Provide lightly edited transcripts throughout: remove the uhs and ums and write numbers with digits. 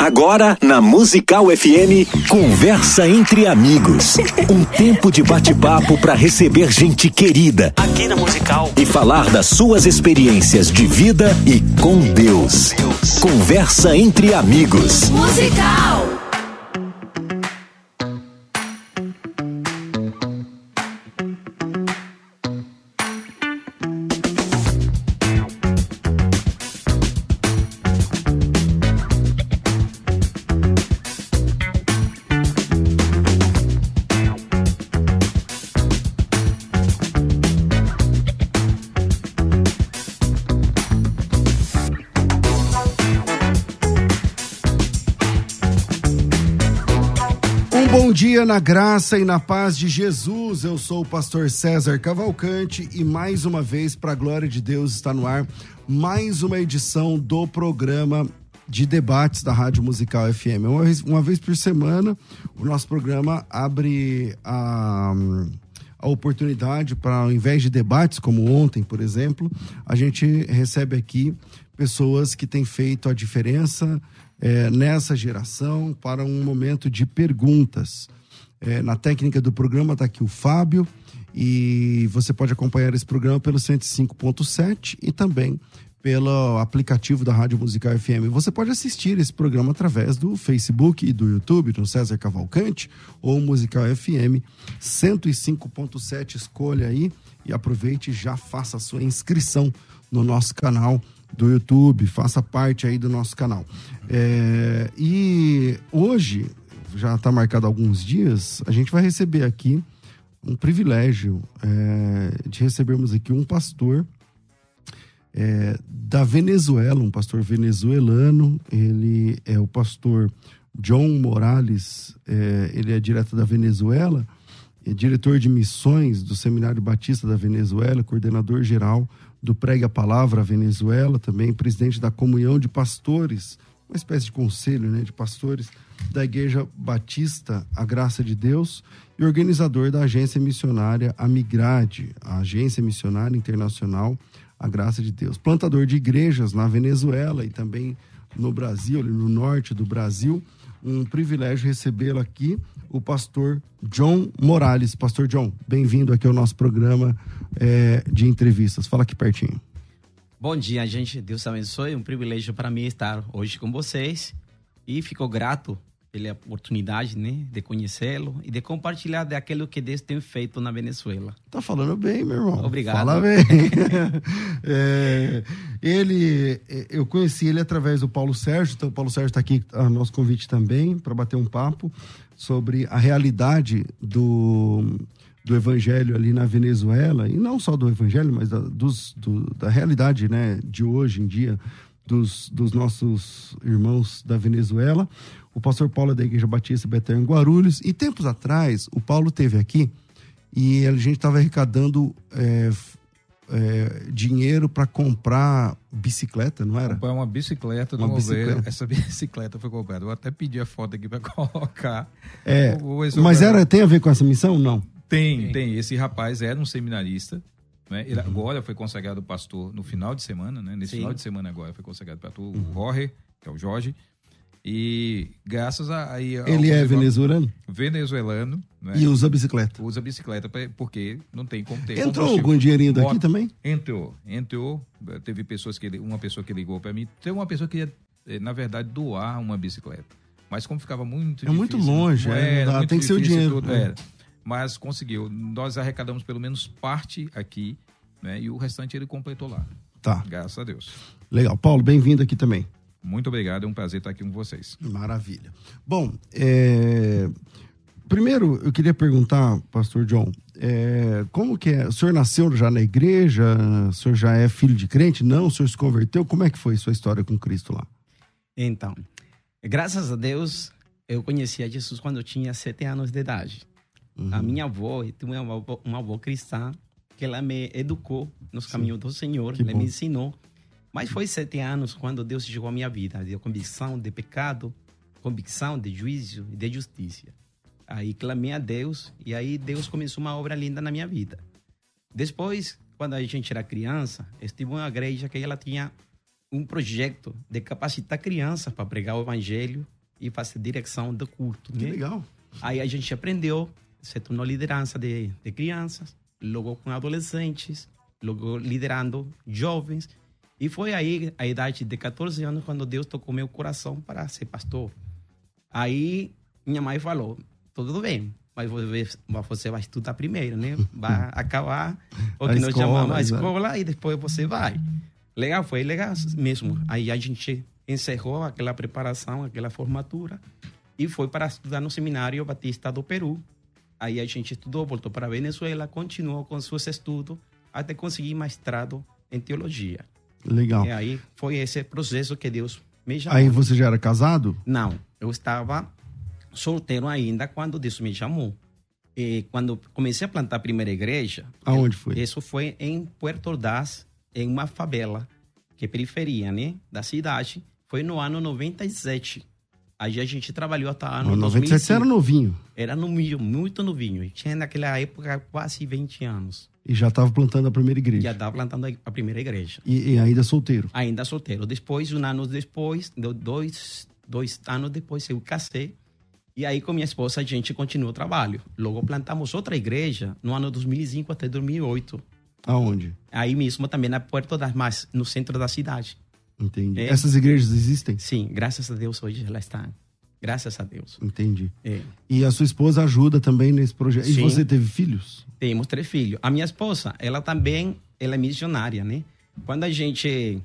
Agora, na Musical FM, Conversa entre Amigos. Um tempo de bate-papo para receber gente querida aqui na Musical e falar das suas experiências de vida e com Deus. Conversa entre Amigos. Musical. Bom dia na graça e na paz de Jesus. Eu sou o pastor César Cavalcante e mais uma vez, para a glória de Deus, está no ar mais uma edição do programa de debates da Rádio Musical FM. Uma vez por semana, o nosso programa abre a oportunidade para, ao invés de debates, como ontem, por exemplo, a gente recebe aqui pessoas que têm feito a diferença nessa geração para um momento de perguntas. Na técnica do programa está aqui o Fábio e você pode acompanhar esse programa pelo 105.7 e também pelo aplicativo da Rádio Musical FM. Você pode assistir esse programa através do Facebook e do YouTube, no César Cavalcante ou Musical FM 105.7. Escolha aí e aproveite e já faça a sua inscrição no nosso canal do YouTube, faça parte aí do nosso canal. E hoje, já está marcado há alguns dias, a gente vai receber aqui um privilégio de recebermos aqui um pastor da Venezuela, um pastor venezuelano. Ele é o pastor John Morales, ele é direto da Venezuela, é diretor de missões do Seminário Batista da Venezuela, coordenador geral do Pregue a Palavra Venezuela, também presidente da Comunhão de Pastores, uma espécie de conselho, de pastores da Igreja Batista, a Graça de Deus, e organizador da agência missionária Amigrade, a agência missionária internacional, a Graça de Deus. Plantador de igrejas na Venezuela e também no Brasil, no norte do Brasil. Um privilégio recebê-lo aqui, o pastor John Morales. Pastor John, bem-vindo aqui ao nosso programa de entrevistas. Fala aqui pertinho. Bom dia, gente. Deus abençoe. Um privilégio para mim estar hoje com vocês e fico grato pela oportunidade, de conhecê-lo e de compartilhar daquilo que Deus tem feito na Venezuela. Tá falando bem, meu irmão. Obrigado. Fala bem. Eu conheci ele através do Paulo Sérgio, então o Paulo Sérgio está aqui a nosso convite também para bater um papo sobre a realidade do evangelho ali na Venezuela, e não só do evangelho, mas da realidade, de hoje em dia, dos nossos irmãos da Venezuela. O pastor Paulo é da Igreja Batista Betânia em Guarulhos, e tempos atrás o Paulo esteve aqui e a gente estava arrecadando dinheiro para comprar bicicleta, não era? Comprar uma bicicleta no governo. Essa bicicleta foi comprada. Eu até pedi a foto aqui para colocar. Mas tem a ver com essa missão? Não. Tem. Esse rapaz era um seminarista, ele agora foi consagrado pastor no final de semana, Nesse final de semana agora foi consagrado pastor, o Jorge, que é o Jorge, e graças a... Ele é venezuelano? Venezuelano. E usa bicicleta? Usa bicicleta porque não tem como ter Entrou algum dinheirinho daqui também? Entrou. Teve uma pessoa que ligou para mim, tem uma pessoa que ia, na verdade, doar uma bicicleta, mas como ficava muito difícil... muito longe, tem que ser o dinheiro. Mas conseguiu. Nós arrecadamos pelo menos parte aqui, e o restante ele completou lá. Tá. Graças a Deus. Legal. Paulo, bem-vindo aqui também. Muito obrigado, é um prazer estar aqui com vocês. Maravilha. Bom, primeiro eu queria perguntar, pastor John, como que é? O senhor nasceu já na igreja? O senhor já é filho de crente? Não? O senhor se converteu? Como é que foi sua história com Cristo lá? Então, graças a Deus, eu conheci a Jesus quando eu tinha 7 anos de idade. A minha avó, eu tinha uma avó cristã, que ela me educou nos caminhos do Senhor, ela me ensinou. Mas foi 7 anos quando Deus chegou à minha vida, de convicção de pecado, convicção de juízo e de justiça. Aí clamei a Deus e aí Deus começou uma obra linda na minha vida. Depois, quando a gente era criança, estive em uma igreja que ela tinha um projeto de capacitar crianças para pregar o evangelho e fazer direção do culto. Que legal. Aí a gente aprendeu, se tornou liderança de crianças, logo com adolescentes, logo liderando jovens. E foi aí, a idade de 14 anos, quando Deus tocou meu coração para ser pastor. Aí minha mãe falou, tudo bem, mas você vai estudar primeiro, né? Vai acabar o que nós chamamos a escola e depois você vai. Legal, foi legal mesmo. Aí a gente encerrou aquela preparação, aquela formatura e foi para estudar no Seminário Batista do Peru. Aí a gente estudou, voltou para a Venezuela, continuou com seus estudos até conseguir mestrado em teologia. Legal. E aí foi esse processo que Deus me chamou. Aí você já era casado? Não, eu estava solteiro ainda quando Deus me chamou. E quando comecei a plantar a primeira igreja... Aonde foi? Isso foi em Puerto Ordaz, em uma favela, que é periferia, né, da cidade. Foi no ano 97. Aí a gente trabalhou até o ano 97 2005. você era novinho. Era novinho, muito novinho. E tinha naquela época quase 20 anos. E já estava plantando a primeira igreja. Já estava plantando a primeira igreja. E ainda solteiro? Ainda solteiro. Depois, um ano depois, dois anos depois, eu casei. E aí, com minha esposa, a gente continuou o trabalho. Logo, plantamos outra igreja no ano 2005 até 2008. Aonde? Aí mesmo, também na Puerto das Mas, no centro da cidade. Entendi. Essas igrejas existem? Sim, graças a Deus, hoje elas estão. Graças a Deus. Entendi. E a sua esposa ajuda também nesse projeto? Sim. E você teve filhos? Temos 3 filhos. A minha esposa, ela é missionária, né? Quando a gente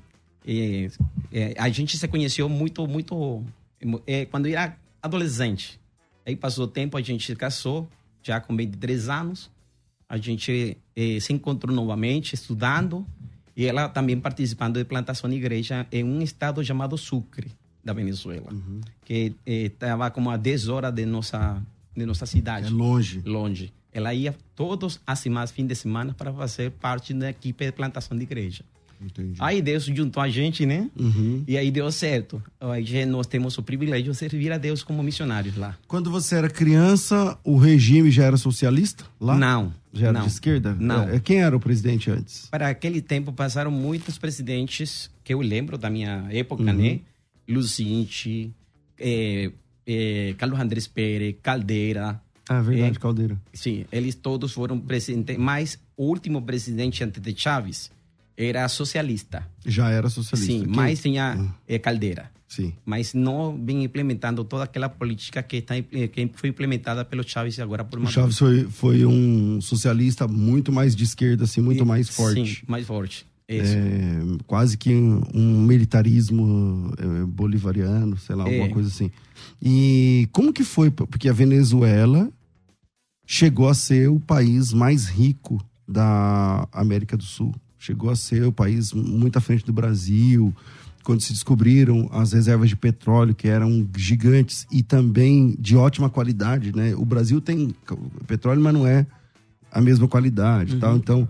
se conheceu muito, quando eu era adolescente. Aí passou o tempo, a gente se casou, já com 23 anos. A gente se encontrou novamente, estudando. E ela também participando de plantação de igreja em um estado chamado Sucre, da Venezuela. Uhum. Que estava como a 10 horas de nossa cidade. É longe. Longe. Ela ia todos as semanas, fim de semana, para fazer parte da equipe de plantação de igreja. Entendi. Aí Deus juntou a gente, né? Uhum. E aí deu certo. Aí nós temos o privilégio de servir a Deus como missionários lá. Quando você era criança, o regime já era socialista lá? Não. Já era de esquerda? Não. Quem era o presidente antes? Para aquele tempo passaram muitos presidentes que eu lembro da minha época, né? Lucinte, Carlos Andrés Pérez, Caldeira. Ah, verdade, Caldeira. Sim, eles todos foram presidentes. Mas o último presidente antes de Chávez era socialista. Já era socialista. Sim, mas tinha Caldeira. Sim. Mas não vem implementando toda aquela política que foi implementada pelo Chávez agora por Maduro. O Chávez foi um socialista muito mais de esquerda, assim, muito mais forte. Sim, mais forte. Quase que um militarismo bolivariano, sei lá, alguma coisa assim. E como que foi? Porque a Venezuela chegou a ser o país mais rico da América do Sul. Chegou a ser o país muito à frente do Brasil, quando se descobriram as reservas de petróleo, que eram gigantes e também de ótima qualidade, né? O Brasil tem petróleo, mas não é a mesma qualidade, tal. Então,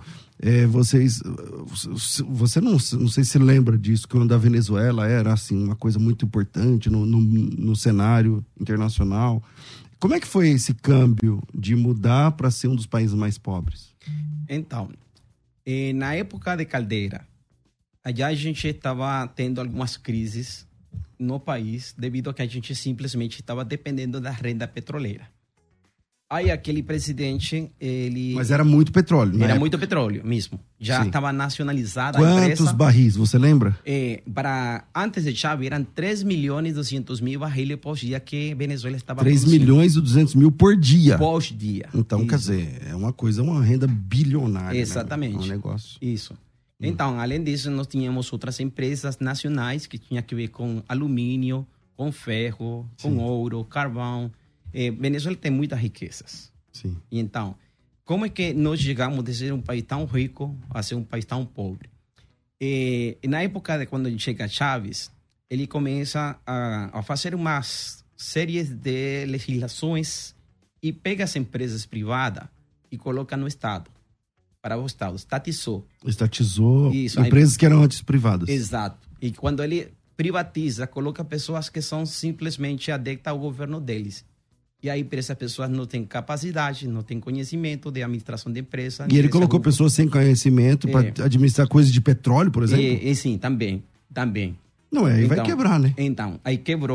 você não sei se lembra disso, quando a Venezuela era, assim, uma coisa muito importante no cenário internacional. Como é que foi esse câmbio de mudar para ser um dos países mais pobres? Então, na época de Caldeira, allá a gente estava tendo algumas crises no país devido a que a gente simplesmente estava dependendo da renda petroleira. Aí aquele presidente, ele... Mas era muito petróleo, né? Era muito petróleo mesmo. Já estava nacionalizada a empresa. Quantos barris, você lembra? Antes de Chávez, eram 3.200.000 barris por dia que Venezuela estava 3.200.000 por dia? Por dia. Então, isso. Quer dizer, é uma renda bilionária. Exatamente. Né? É um negócio. Isso. Então, além disso, nós tínhamos outras empresas nacionais que tinham que ver com alumínio, com ferro, com ouro, carvão. Venezuela tem muitas riquezas. Sim. E então, como é que nós chegamos de ser um país tão rico a ser um país tão pobre? E na época de quando chega Chávez, ele começa a fazer umas séries de legislações e pega as empresas privadas e coloca no Estado, para o Estado. Estatizou isso, empresas que eram antes privadas. Exato. E quando ele privatiza, coloca pessoas que são simplesmente adeptas ao governo deles. E aí, essas pessoas não têm capacidade, não têm conhecimento de administração de empresa. E ele colocou pessoas sem conhecimento para administrar coisas de petróleo, por exemplo? Sim, também. Não, aí então, vai quebrar, né? Então, aí quebrou,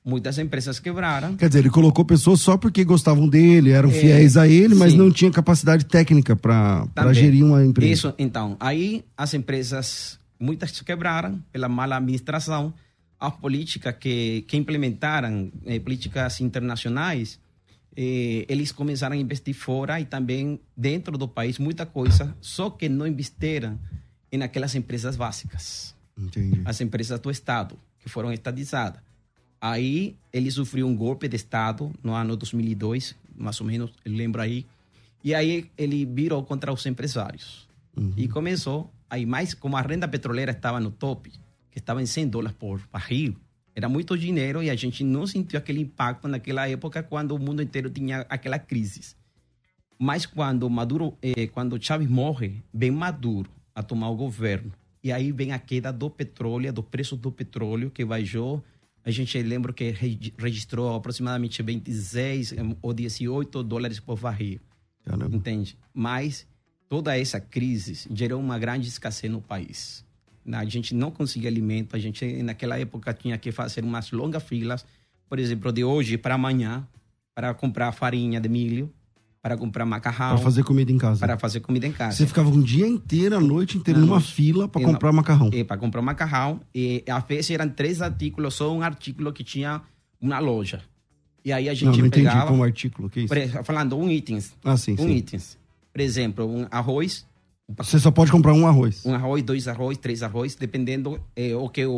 Muitas empresas quebraram. Quer dizer, ele colocou pessoas só porque gostavam dele, eram fiéis a ele, mas não tinha capacidade técnica para gerir uma empresa. Isso, então. Aí as empresas, muitas quebraram pela mala administração. As políticas que implementaram, políticas internacionais, eles começaram a investir fora e também dentro do país, muita coisa, só que não investiram naquelas empresas básicas. Entendi. As empresas do Estado, que foram estatizadas. Aí ele sofreu um golpe de Estado no ano 2002, mais ou menos, eu lembro aí. E aí ele virou contra os empresários. E começou, aí mais como a renda petroleira estava no tope, que estava em $100 por barril, era muito dinheiro e a gente não sentiu aquele impacto naquela época quando o mundo inteiro tinha aquela crise. Mas quando quando Chávez morre, vem Maduro a tomar o governo. E aí vem a queda do petróleo, do preço do petróleo, que baixou. A gente lembra que registrou aproximadamente 26 ou $18 por barril. Caramba. Entende? Mas toda essa crise gerou uma grande escassez no país. A gente não conseguia alimento, a gente naquela época tinha que fazer umas longas filas, por exemplo, de hoje para amanhã, para comprar farinha de milho, para comprar macarrão. Para fazer comida em casa. Para fazer comida em casa. Você ficava um dia inteiro, a noite inteira, numa fila para comprar macarrão. Para comprar macarrão. E às vezes eram 3 artículos, só um artículo que tinha uma loja. E aí a gente não pegava... Não entendi como artículo, o que é isso? Falando itens. Sim. Itens. Por exemplo, um arroz. Você só pode comprar um arroz. Um arroz, 2 arroz, 3 arroz, dependendo o que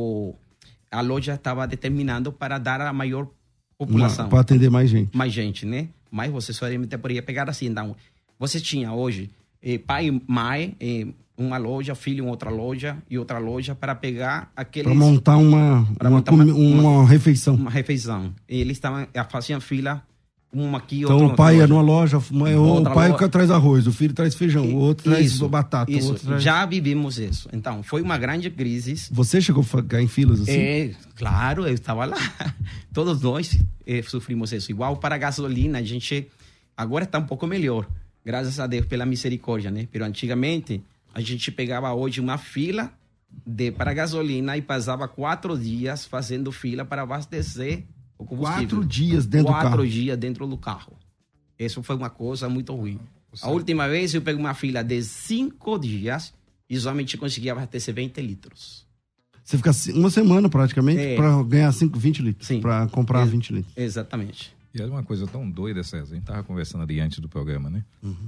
a loja estava determinando para dar a maior população. Para atender mais gente. Mais gente, né? Mas você só poderia pegar assim. Então, você tinha hoje pai e mãe, uma loja, filho em outra loja e outra loja para pegar aqueles... Para montar uma refeição. Uma refeição. E eles faziam fila, um aqui, então, outro... Então, o pai ia numa loja, o pai traz arroz, o filho traz feijão, o outro traz batata. Isso, o outro traz... já vivimos isso. Então, foi uma grande crise. Você chegou a ficar em filas assim? Claro, eu estava lá. Todos nós sofrimos isso. Igual para a gasolina, a gente agora está um pouco melhor, graças a Deus pela misericórdia, né? Mas antigamente, a gente pegava hoje uma fila para gasolina e passava 4 dias fazendo fila para abastecer o combustível. 4 dias dentro do carro? 4 dias dentro do carro. Isso foi uma coisa muito ruim. A última vez eu peguei uma fila de 5 dias e somente conseguia abastecer 20 litros. Você fica uma semana praticamente para ganhar 20 litros. Sim. Para comprar 20 litros. Exatamente. E era uma coisa tão doida, César. A gente estava conversando ali antes do programa, né?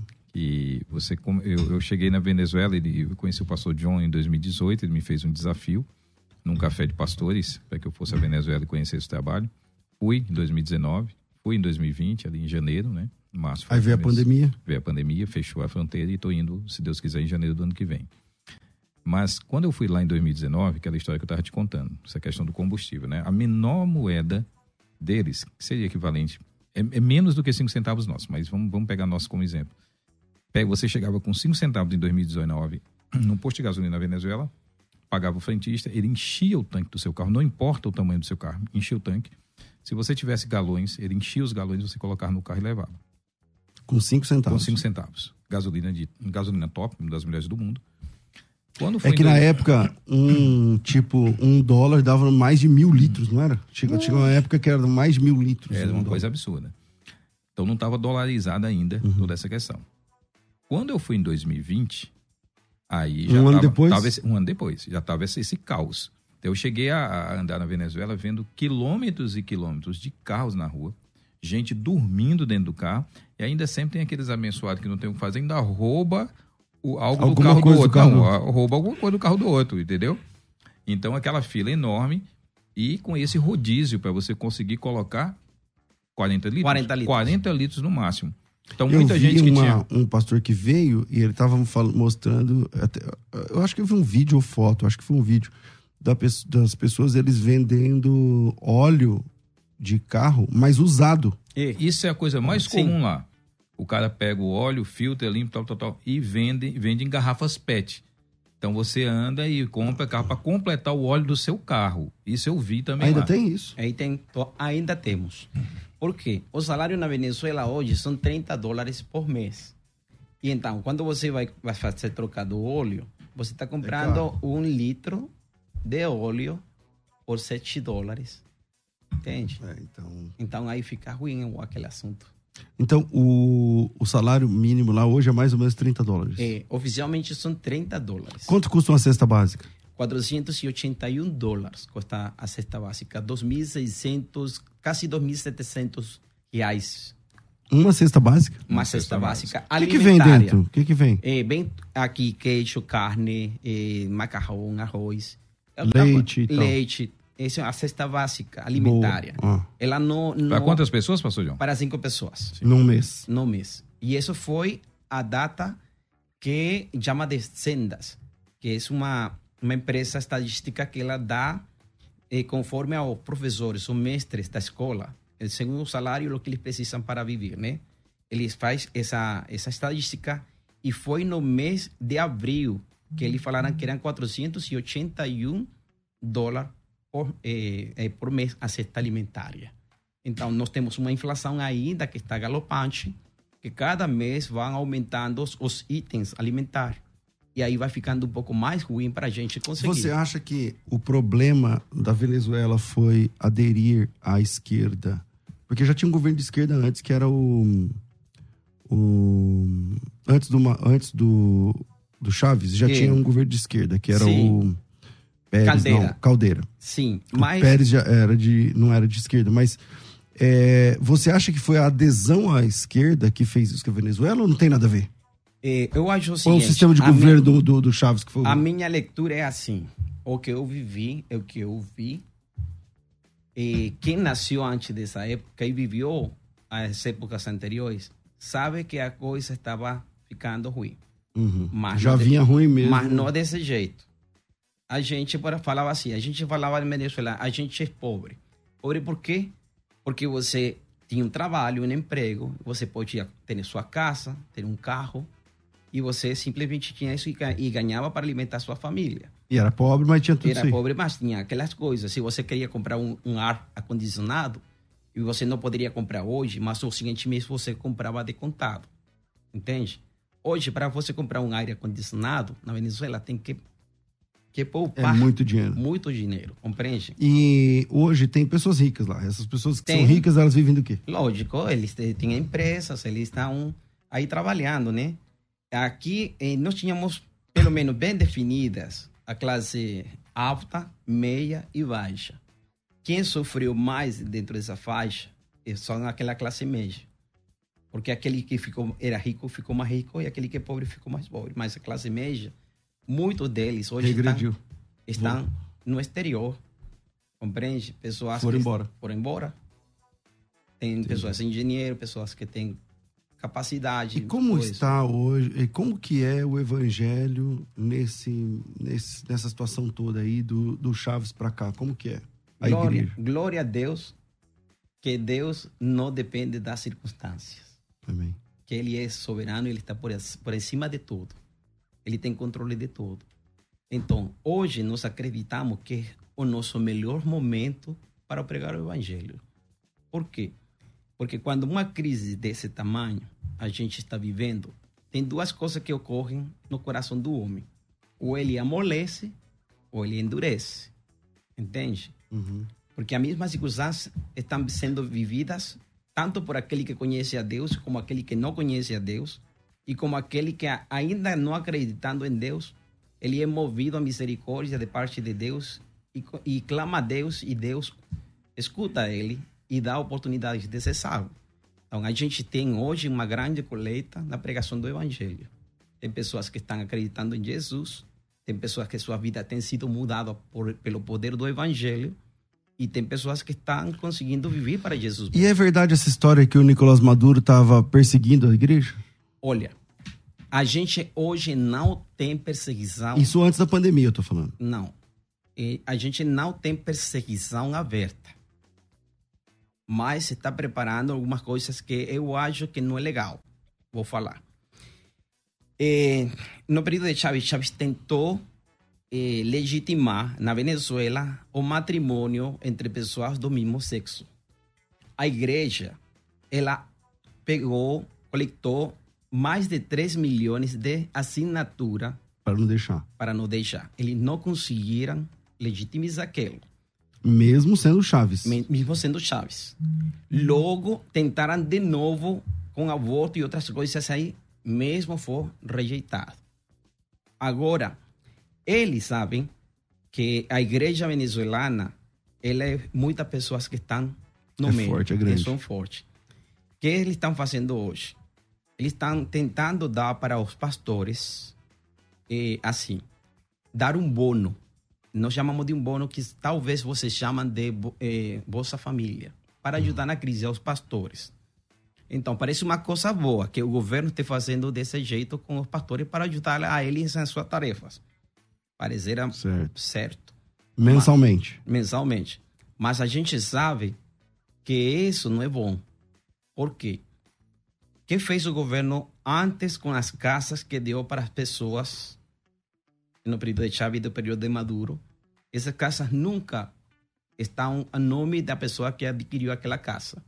Que eu cheguei na Venezuela e eu conheci o pastor John em 2018. Ele me fez um desafio num café de pastores para que eu fosse à Venezuela e conhecesse o trabalho. Fui em 2019, fui em 2020, ali em janeiro, né? Março. Aí veio a pandemia. Veio a pandemia, fechou a fronteira e estou indo, se Deus quiser, em janeiro do ano que vem. Mas quando eu fui lá em 2019, aquela história que eu estava te contando, essa questão do combustível, né? A menor moeda deles, que seria equivalente, é menos do que 5 centavos nossos, mas vamos pegar nosso como exemplo. Você chegava com 5 centavos em 2019 num posto de gasolina na Venezuela, pagava o frentista, ele enchia o tanque do seu carro, não importa o tamanho do seu carro, enchia o tanque. Se você tivesse galões, ele enchia os galões, você colocava no carro e levava. Com 5 centavos? Com 5 centavos. Gasolina top, uma das melhores do mundo. Na época, $1 dava mais de 1.000 litros, não era? Chegou uma época que era mais de 1.000 litros. Era uma coisa absurda. Então não estava dolarizada ainda toda essa questão. Quando eu fui em 2020, aí já um ano depois, já estava esse caos. Então eu cheguei a andar na Venezuela vendo quilômetros e quilômetros de carros na rua, gente dormindo dentro do carro, e ainda sempre tem aqueles abençoados que não tem o que fazer, ainda rouba algo do carro do outro. Rouba alguma coisa do carro do outro, entendeu? Então aquela fila enorme e com esse rodízio para você conseguir colocar 40 litros. 40 litros no máximo. Então muita gente que tinha... um pastor que veio e ele estava mostrando, eu acho que eu vi um vídeo ou foto, acho que foi um vídeo das pessoas, eles vendendo óleo de carro, mas usado. Isso é a coisa mais comum lá. O cara pega o óleo, filtra, limpa, tal, e vende em garrafas PET. Então você anda e compra carro para completar o óleo do seu carro. Isso eu vi também ainda lá. Tem isso? Ainda temos. Por quê? O salário na Venezuela hoje são $30 por mês. E então, quando você vai fazer troca do óleo, você está comprando 1 litro de óleo por $7. Entende? Então aí fica ruim aquele assunto. Então, o salário mínimo lá hoje é mais ou menos $30. Oficialmente são $30. Quanto custa uma cesta básica? $481 custa a cesta básica. 2.600, quase R$2.700. Uma cesta básica? Uma cesta básica alimentária. O que vem dentro? O que vem? Vem aqui queijo, carne, macarrão, arroz. Leite e tal. Leite. Essa é a cesta básica alimentária. Ela não... Para quantas pessoas, pastor John? Para 5 pessoas. Num mês. Num mês. E isso foi a data que chama de Sendas, que é uma empresa estadística que ela dá conforme aos professores, os mestres da escola, segundo o salário, o que eles precisam para viver, né? Eles fazem essa estadística e foi no mês de abril que eles falaram que eram $481 por mês a cesta alimentária. Então, nós temos uma inflação ainda que está galopante, que cada mês vão aumentando os itens alimentares. E aí vai ficando um pouco mais ruim para a gente conseguir. Você acha que o problema da Venezuela foi aderir à esquerda? Porque já tinha um governo de esquerda antes, que era antes do Chaves, já tinha um governo de esquerda, que era o Pérez, Caldeira. Sim, mas... O Pérez já não era de esquerda, mas você acha que foi a adesão à esquerda que fez isso com a Venezuela ou não tem nada a ver? Eu acho o seguinte... Ou o sistema de governo do Chaves que foi... A minha leitura é assim, o que eu vivi é o que eu vi, e quem nasceu antes dessa época e viveu as épocas anteriores, sabe que a coisa estava ficando ruim. Mas já vinha ruim mesmo. Mas não desse jeito. A gente falava assim, a gente falava em Venezuela, a gente é pobre. Pobre por quê? Porque você tinha um trabalho, um emprego, você podia ter sua casa, ter um carro, e você simplesmente tinha isso e ganhava para alimentar sua família. E era pobre, mas tinha tudo isso. Era pobre, mas tinha aquelas coisas. Se você queria comprar um ar acondicionado, e você não poderia comprar hoje, mas no seguinte mês você comprava de contado. Entende? Hoje, para você comprar um ar acondicionado, na Venezuela, tem que poupar. É muito dinheiro. Muito dinheiro, compreende? E hoje tem pessoas ricas lá. Essas pessoas que são ricas, elas vivem do quê? Lógico, eles têm empresas, eles estão aí trabalhando, né? Aqui, nós tínhamos, pelo menos, bem definidas a classe alta, meia e baixa. Quem sofreu mais dentro dessa faixa é só aquela classe média. Porque aquele que era rico ficou mais rico e aquele que é pobre ficou mais pobre. Mas a classe média, muitos deles hoje estão no exterior. Compreende? Pessoas foram embora. Tem pessoas engenheiros, pessoas que têm capacidade. E como está hoje, e como que é o evangelho nessa situação toda aí do Chaves para cá? Como que é a igreja? Glória a Deus, que Deus não depende das circunstâncias. Amém. Que Ele é soberano, Ele está por cima de tudo. Ele tem controle de tudo. Então, hoje nós acreditamos que é o nosso melhor momento para pregar o evangelho. Por quê? Porque quando uma crise desse tamanho a gente está vivendo, tem duas coisas que ocorrem no coração do homem. Ou ele amolece, ou ele endurece. Entende? Porque as mesmas circunstâncias estão sendo vividas tanto por aquele que conhece a Deus, como aquele que não conhece a Deus, e como aquele que ainda não acreditando em Deus, ele é movido à misericórdia de parte de Deus e clama a Deus, e Deus escuta ele e dá oportunidades de ser salvo. Então, a gente tem hoje uma grande colheita na pregação do Evangelho. Tem pessoas que estão acreditando em Jesus, tem pessoas que sua vida tem sido mudada pelo poder do Evangelho, e tem pessoas que estão conseguindo viver para Jesus. E é verdade essa história que o Nicolás Maduro estava perseguindo a igreja? Olha, a gente hoje não tem perseguição... Isso antes da pandemia, eu tô falando. Não. A gente não tem perseguição aberta. Mas se está preparando algumas coisas que eu acho que não é legal. Vou falar. No período de Chávez tentou legitimar na Venezuela o matrimônio entre pessoas do mesmo sexo. A igreja, ela coletou mais de 3 milhões de assinaturas para não deixar. Eles não conseguiram legitimizar aquilo. Mesmo sendo Chaves. Mesmo sendo Chaves. Logo, tentaram de novo com aborto e outras coisas aí, mesmo foi rejeitado. Agora, eles sabem que a igreja venezuelana, ela é muitas pessoas que estão no meio. Forte, é grande. Que são fortes. O que eles estão fazendo hoje? Eles estão tentando dar para os pastores, assim, dar um bono. Nós chamamos de um bono que talvez vocês chamam de Bolsa Família, para ajudar na crise aos pastores. Então, parece uma coisa boa que o governo esteja fazendo desse jeito com os pastores para ajudar a eles nas suas tarefas. Pareceria certo. Mensalmente. Mas a gente sabe que isso não é bom. Por quê? O que fez o governo antes com as casas que deu para as pessoas no período de Chávez e no período de Maduro? Essas casas nunca estão a nome da pessoa que adquiriu aquela casa.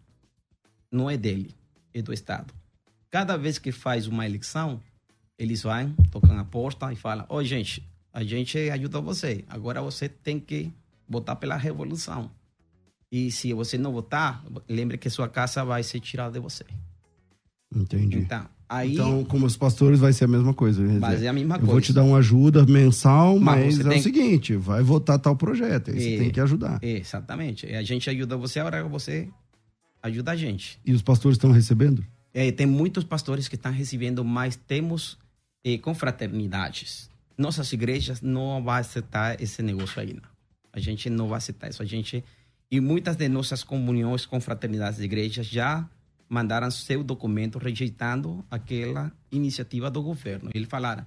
Não é dele, é do Estado. Cada vez que faz uma eleição, eles vão, tocam a porta e falam: "Ô, gente, a gente ajudou você. Agora você tem que votar pela revolução. E se você não votar, lembre que sua casa vai ser tirada de você." Entendi. Então, como os pastores, vai ser a mesma coisa. Mas é a mesma coisa. Eu vou te dar uma ajuda mensal, mas é o seguinte, vai votar tal projeto, aí você tem que ajudar. Exatamente. A gente ajuda você, agora você ajuda a gente. E os pastores estão recebendo? Tem muitos pastores que estão recebendo, mas temos confraternidades. Nossas igrejas não vão aceitar esse negócio aí, não. A gente não vai aceitar isso. E muitas de nossas comunhões, confraternidades de igrejas já mandaram seu documento rejeitando aquela iniciativa do governo. Eles falaram: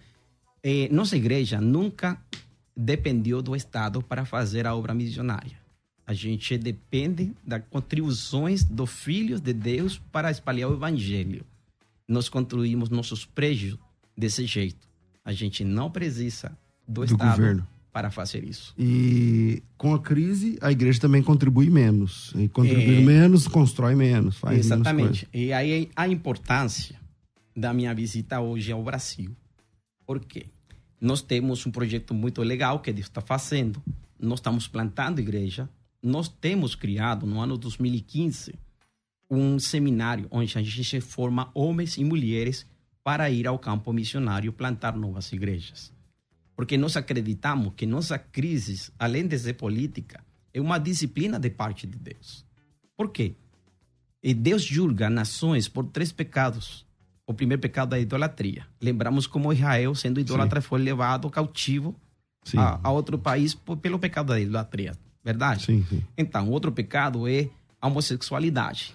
nossa igreja nunca dependeu do Estado para fazer a obra missionária. A gente depende das contribuições dos filhos de Deus para espalhar o evangelho. Nós construímos nossos prédios desse jeito. A gente não precisa do Estado governo para fazer isso. E com a crise, a igreja também contribui menos. E contribuindo menos, constrói menos, faz exatamente. Menos coisa. E aí a importância da minha visita hoje ao Brasil. Por quê? Nós temos um projeto muito legal que Deus está fazendo. Nós estamos plantando igreja. Nós temos criado, no ano 2015, um seminário onde a gente forma homens e mulheres para ir ao campo missionário plantar novas igrejas. Porque nós acreditamos que nossa crise, além de ser política, é uma disciplina de parte de Deus. Por quê? E Deus julga nações por 3 pecados. O primeiro pecado é a idolatria. Lembramos como Israel, sendo idólatra, foi levado cautivo a outro país pelo pecado da idolatria. Verdade? Sim. Então, outro pecado é a homossexualidade.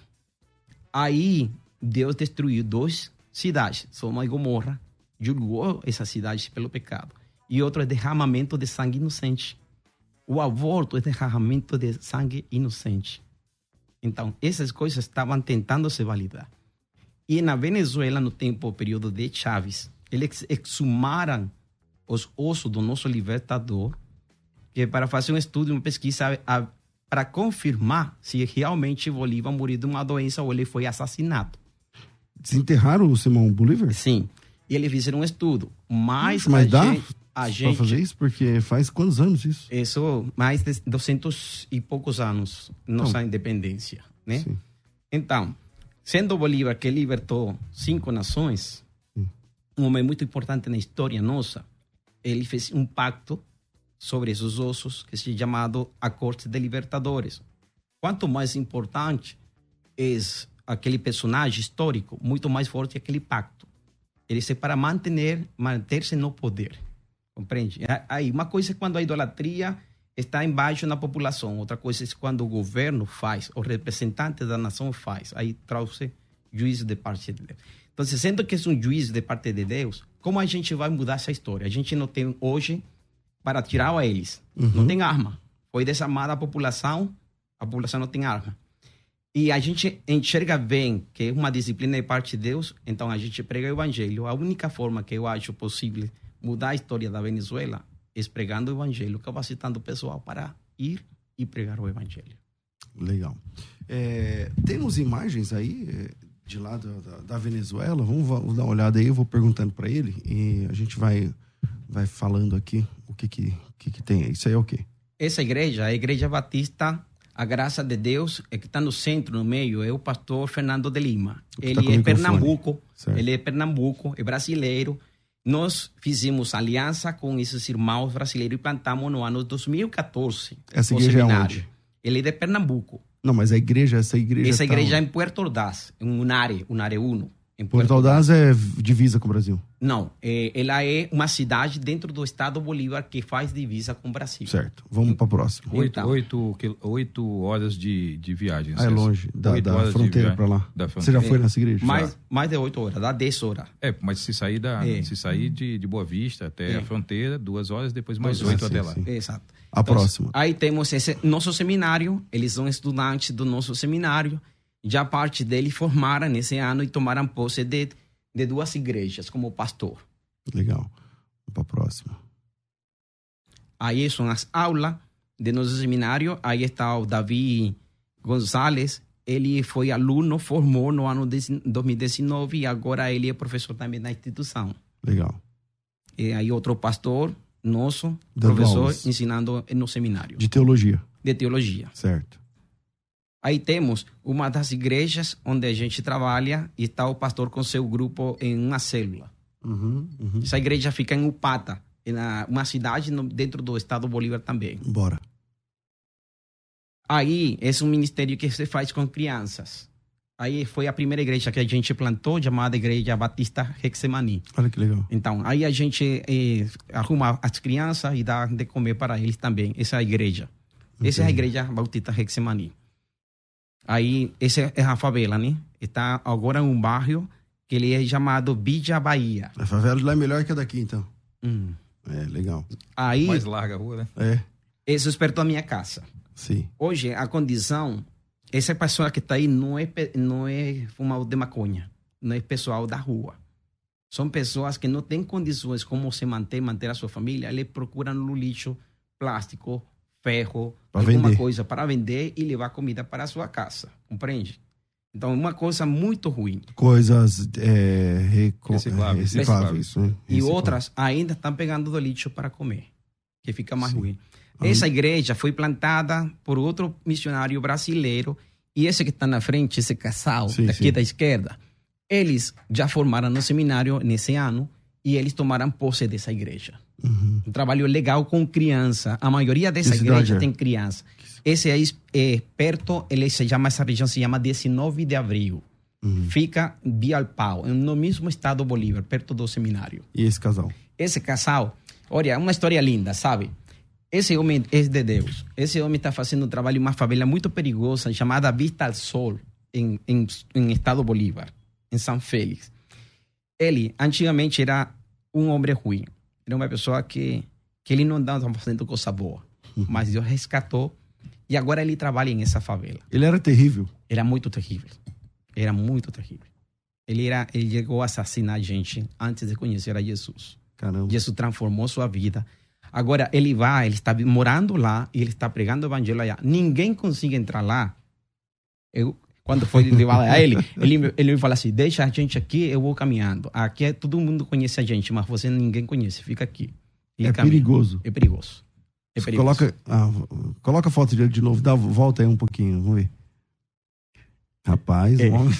Aí, Deus destruiu 2 cidades, Sodoma e Gomorra, julgou essas cidades pelo pecado. E outro é derramamento de sangue inocente. O aborto é derramamento de sangue inocente. Então, essas coisas estavam tentando se validar. E na Venezuela, no período de Chávez, eles exumaram os ossos do nosso libertador, que para fazer um estudo, uma pesquisa, para confirmar se realmente Bolívar morreu de uma doença ou ele foi assassinado. Desenterraram o Simão Bolívar? Sim. E eles fizeram um estudo. Mas dá a gente para fazer isso? Porque faz quantos anos isso? Isso, mais de 200 e poucos anos, nossa independência, né? Sim. Então, sendo Bolívar que libertou 5 nações, um homem muito importante na história nossa, ele fez um pacto sobre esses ossos que se chamado Acordo de Libertadores. Quanto mais importante é aquele personagem histórico, muito mais forte é aquele pacto. Ele é para manter-se no poder. Compreende? Aí, uma coisa é quando a idolatria está embaixo na população, outra coisa é quando o governo faz, o representante da nação faz. Aí trouxe juízo de parte de Deus. Então, sendo que é um juízo de parte de Deus, como a gente vai mudar essa história? A gente não tem hoje para tirar a eles. Não tem arma. Foi desarmada a população não tem arma. E a gente enxerga bem que é uma disciplina de parte de Deus, então a gente prega o evangelho. A única forma que eu acho possível mudar a história da Venezuela é pregando o evangelho, capacitando o pessoal para ir e pregar o evangelho. Legal. Temos imagens aí de lá da Venezuela? Vamos dar uma olhada aí, eu vou perguntando para ele e a gente vai falando aqui o que tem. Isso aí é o quê? Essa igreja, a Igreja Batista, a Graça de Deus, que está no centro, no meio, é o pastor Fernando de Lima. Ele é Pernambuco, é brasileiro. Nós fizemos aliança com esses irmãos brasileiros e plantamos no ano 2014. Essa igreja é onde? Ele é de Pernambuco. Não, mas essa igreja Essa igreja é em Puerto Ordaz, em Unare 1. Puerto Ordaz é divisa com o Brasil? Não, ela é uma cidade dentro do estado Bolívar que faz divisa com o Brasil. Certo, vamos para a próxima. 8 horas de viagem. É longe, da fronteira para lá. Você já foi nessa igreja? Mais de 8 horas, dá 10 horas. Mas se sair de Boa Vista até a fronteira, 2 horas, depois mais 8 até lá. Exato. A próxima. Aí temos esse nosso seminário, eles são estudantes do nosso seminário. Já parte deles formaram nesse ano e tomaram posse de 2 igrejas como pastor. Legal. Vamos para a próxima. Aí são as aulas de nosso seminário. Aí está o Davi Gonzalez. Ele foi aluno, formou no ano de 2019 e agora ele é professor também na instituição. Legal. E aí outro pastor nosso, professor, ensinando no seminário. De teologia. De teologia. Certo. Aí temos uma das igrejas onde a gente trabalha e está o pastor com seu grupo em uma célula. Essa igreja fica em Upata, uma cidade dentro do estado Bolívar também. Bora. Aí, esse é um ministério que se faz com crianças. Aí foi a primeira igreja que a gente plantou, chamada Igreja Batista Hexemani. Olha que legal. Então, aí a gente arruma as crianças e dá de comer para eles também. Essa é a igreja. Essa é a Igreja Batista Hexemani. Aí, essa é a favela, né? Está agora em um bairro que ele é chamado Villa Bahia. A favela de lá é melhor que a daqui, então. É, legal. Aí, mais larga a rua, né? Isso é perto da minha casa. Sim. Hoje, a condição, essa pessoa que está aí não é fumador de maconha, não é pessoal da rua. São pessoas que não têm condições como se manter a sua família. Eles procuram no lixo plástico, ferro, alguma coisa para vender e levar comida para a sua casa, compreende? Então, uma coisa muito ruim. Coisas recicláveis. Né? E outras ainda estão pegando do lixo para comer, que fica mais ruim. Essa igreja foi plantada por outro missionário brasileiro e esse que está na frente, esse casal daqui da esquerda, eles já formaram no seminário nesse ano e eles tomaram posse dessa igreja. Um trabalho legal com criança. A maioria dessa igreja tem criança. Esse é perto, essa região se chama 19 de abril. Fica Bialpau, no mesmo estado Bolívar, perto do seminário. E esse casal? Esse casal, olha, uma história linda, sabe? Esse homem é de Deus. Esse homem está fazendo um trabalho em uma favela muito perigosa chamada Vista al Sol, em estado Bolívar, em São Félix. Ele, antigamente, era um homem ruim. Era uma pessoa que ele não estava fazendo coisa boa. Mas Deus resgatou e agora ele trabalha nessa favela. Ele era terrível? Era muito terrível. Era muito terrível. Ele chegou a assassinar gente antes de conhecer a Jesus. Caramba. Jesus transformou sua vida. Agora ele está morando lá e ele está pregando o evangelho lá. Ninguém consegue entrar lá. Quando foi levar a ele me fala assim, deixa a gente aqui, eu vou caminhando. Aqui todo mundo conhece a gente, mas você ninguém conhece, fica aqui. Perigoso. É perigoso. Coloca a foto dele de novo, volta aí um pouquinho, vamos ver. Rapaz,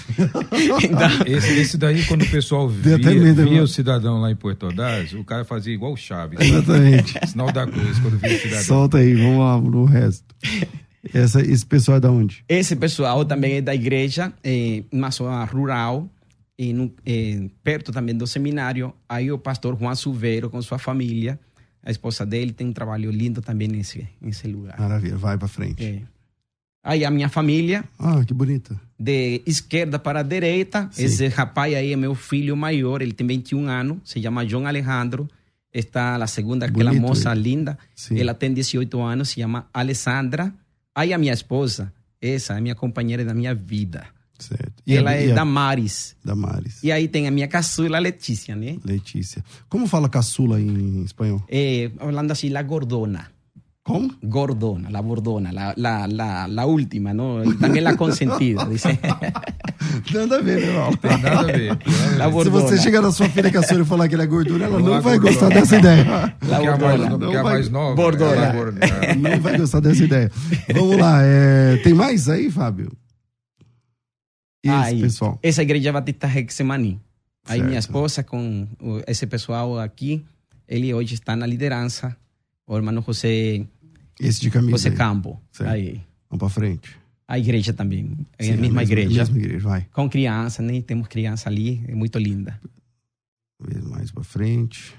esse daí, quando o pessoal via o cidadão lá em Puerto Ordaz, o cara fazia igual o Chaves. Exatamente. Sinal da cruz, quando via o cidadão. Solta aí, vamos lá no resto. Esse pessoal é da onde? Esse pessoal também é da igreja, uma zona rural, perto também do seminário. Aí o pastor Juan Silveiro com sua família, a esposa dele, tem um trabalho lindo também nesse lugar. Maravilha, vai pra frente. Aí a minha família. Ah, que bonita. De esquerda para a direita. Sim. Esse rapaz aí é meu filho maior, ele tem 21 anos, se chama João Alejandro. Está a segunda, aquela moça linda. Sim. Ela tem 18 anos, se chama Alessandra. Aí a minha esposa, essa é a minha companheira da minha vida. Certo. Ela é Damares. Damares. E aí tem a minha caçula, Letícia, né? Letícia. Como fala caçula em espanhol? Falando assim, la gordona. ¿Cómo? Gordona, la bordona, la última, ¿no? Y también la consentida, dice. Nada a ver, né, Paulo? Tem nada a ver. Se você chegar na sua filha caçula e falar que ele é gordura, ela não vai gostar dessa ideia. Porque é mais nova. Bordona. Não vai gostar dessa ideia. Vamos lá. Tem mais aí, Fábio? Isso, pessoal. Essa igreja Batista Hexemaní. Aí Certo. minha esposa com esse pessoal aqui, ele hoje está na liderança. O irmão José, Esse de camisa José aí. Campo. Certo. Aí. Vamos pra frente. A igreja também. É Sim, a mesma igreja. Mesma igreja, vai. Com criança, né? Temos criança ali. É muito linda. Mais pra frente.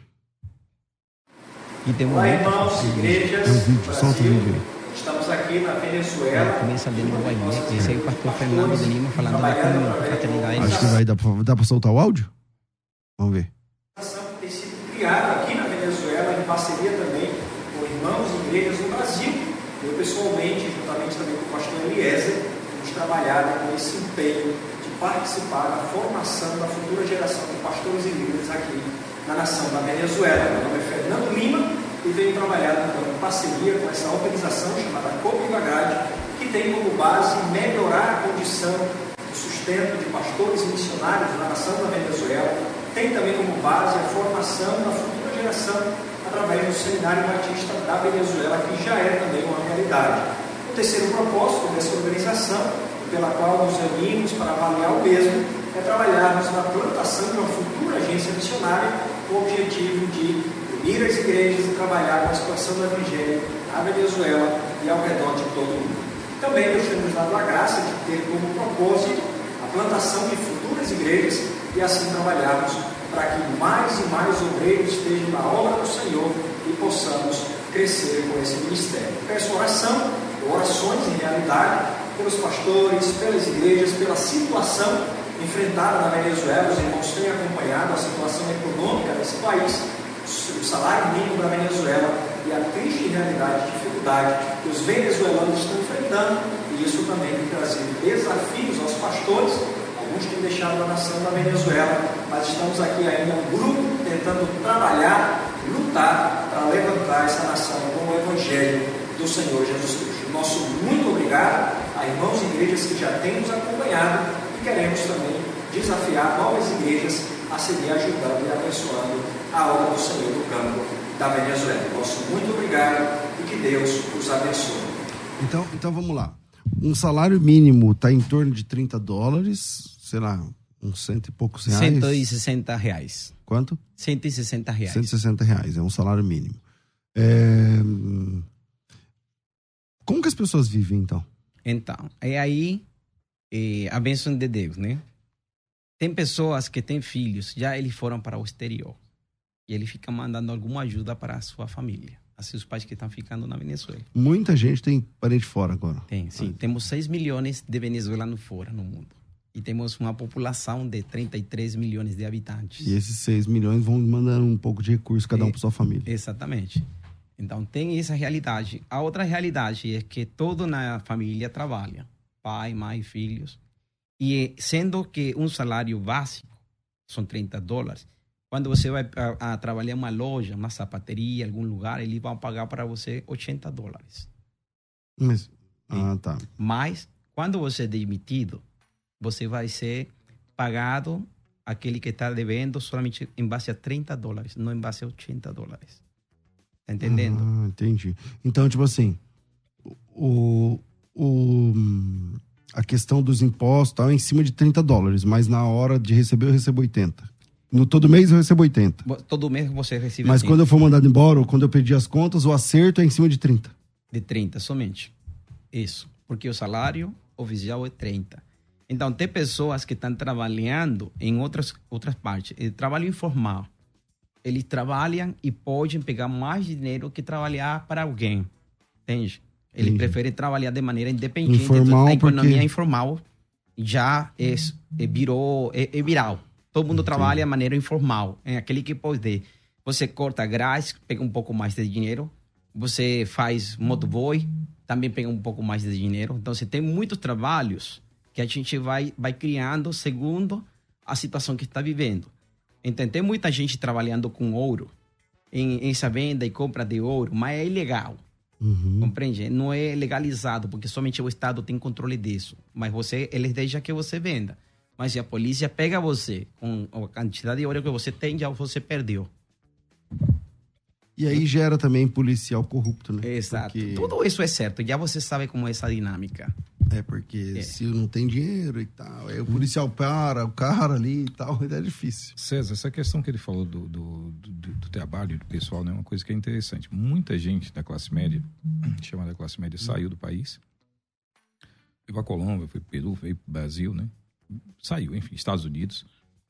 E tem Olá, irmãos, igrejas, Tem um vídeo, solta o vídeo aí. Estamos aqui na Venezuela. Começa ali no Guaí. Esse aí é o pastor Fernando de Lima falando da fraternidade. Acho que dá pra soltar o áudio? Vamos ver. Que tem sido criada aqui na Venezuela, em parceria também com irmãos e igrejas no Brasil. Eu, pessoalmente, juntamente também com o pastor Eliezer, temos trabalhado com esse empenho de participar da formação da futura geração de pastores e líderes aqui na nação da Venezuela. Meu nome é Fernando Lima e venho trabalhando então, em parceria com essa organização chamada Copivagade, que tem como base melhorar a condição de sustento de pastores e missionários na nação da Venezuela. Tem também como base a formação da futura geração através do Seminário Batista da Venezuela, que já é também uma realidade. O terceiro propósito dessa organização, pela qual nos reunimos para avaliar o mesmo, é trabalharmos na plantação de uma futura agência missionária com o objetivo de unir as igrejas e trabalhar com a expansão do Evangelho à Venezuela e ao redor de todo o mundo. Também nós temos dado a graça de ter como propósito a plantação de futuras igrejas e assim trabalharmos para que mais e mais obreiros estejam na obra do Senhor e possamos crescer com esse ministério. Peço orações em realidade, pelos pastores, pelas igrejas, pela situação enfrentada na Venezuela. Os irmãos têm acompanhado a situação econômica desse país, o salário mínimo da Venezuela e a triste realidade de dificuldade que os venezuelanos estão enfrentando, e isso também tem trazido desafios aos pastores. Alguns têm deixado a nação da Venezuela, mas estamos aqui ainda um grupo tentando trabalhar, lutar para levantar essa nação com o Evangelho do Senhor Jesus Cristo. Nosso muito obrigado a irmãos e igrejas que já têm nos acompanhado e queremos também desafiar novas igrejas a seguir ajudando e abençoando a obra do Senhor no campo da Venezuela. Nosso muito obrigado e que Deus os abençoe. Então vamos lá. Um salário mínimo está em torno de $30, sei lá, uns cento e poucos reais. R$160. Quanto? R$160. R$160, é um salário mínimo. Como que as pessoas vivem, então? Então, é aí a bênção de Deus, né? Tem pessoas que têm filhos, já eles foram para o exterior. E ele fica mandando alguma ajuda para a sua família. Assim, os pais que estão ficando na Venezuela. Muita gente tem parente fora agora. Tem, sim. Temos 6 milhões de venezuelanos fora no mundo. E temos uma população de 33 milhões de habitantes. E esses 6 milhões vão mandando um pouco de recurso, cada um para sua família. Exatamente. Então, tem essa realidade. A outra realidade é que todo na família trabalha. Pai, mãe, filhos. E sendo que um salário básico são $30, quando você vai a trabalhar em uma loja, uma sapateria, algum lugar, eles vão pagar para você $80. Mas, tá. Mas, quando você é demitido, você vai ser pagado aquele que está devendo somente em base a $30, não em base a $80. Tá entendendo? Entendi. Então, tipo assim, a questão dos impostos tá em cima de $30, mas na hora de receber eu recebo 80. No todo mês eu recebo 80. Todo mês você recebe. Mas quando eu for mandado embora ou quando eu pedir as contas, o acerto é em cima de 30. De 30 somente. Isso. Porque o salário oficial é 30. Então, tem pessoas que estão trabalhando em outras partes. Trabalho informal. Eles trabalham e podem pegar mais dinheiro que trabalhar para alguém. Entende? Eles preferem trabalhar de maneira independente. Informal, a economia porque... informal já é viral. Todo mundo trabalha de maneira informal. É aquele que pode. Você corta gás, pega um pouco mais de dinheiro. Você faz motoboy, também pega um pouco mais de dinheiro. Então, você tem muitos trabalhos que a gente vai criando segundo a situação que está vivendo. Então, tem muita gente trabalhando com ouro, em essa venda e compra de ouro, mas é ilegal. Compreende? Não é legalizado, porque somente o Estado tem controle disso. Mas eles deixam que você venda. Mas se a polícia pega você com a quantidade de ouro que você tem, já você perdeu. E aí gera também policial corrupto, né? Exato. Porque... Tudo isso é certo. Já você sabe como é essa dinâmica. Porque se não tem dinheiro e tal, aí o policial para, o cara ali e tal, é difícil. César, essa questão que ele falou do trabalho do pessoal, né, é uma coisa que é interessante. Muita gente da classe média, chamada classe média, saiu do país. Foi para Colômbia, foi para Peru, foi para o Brasil, né? Saiu, enfim, Estados Unidos.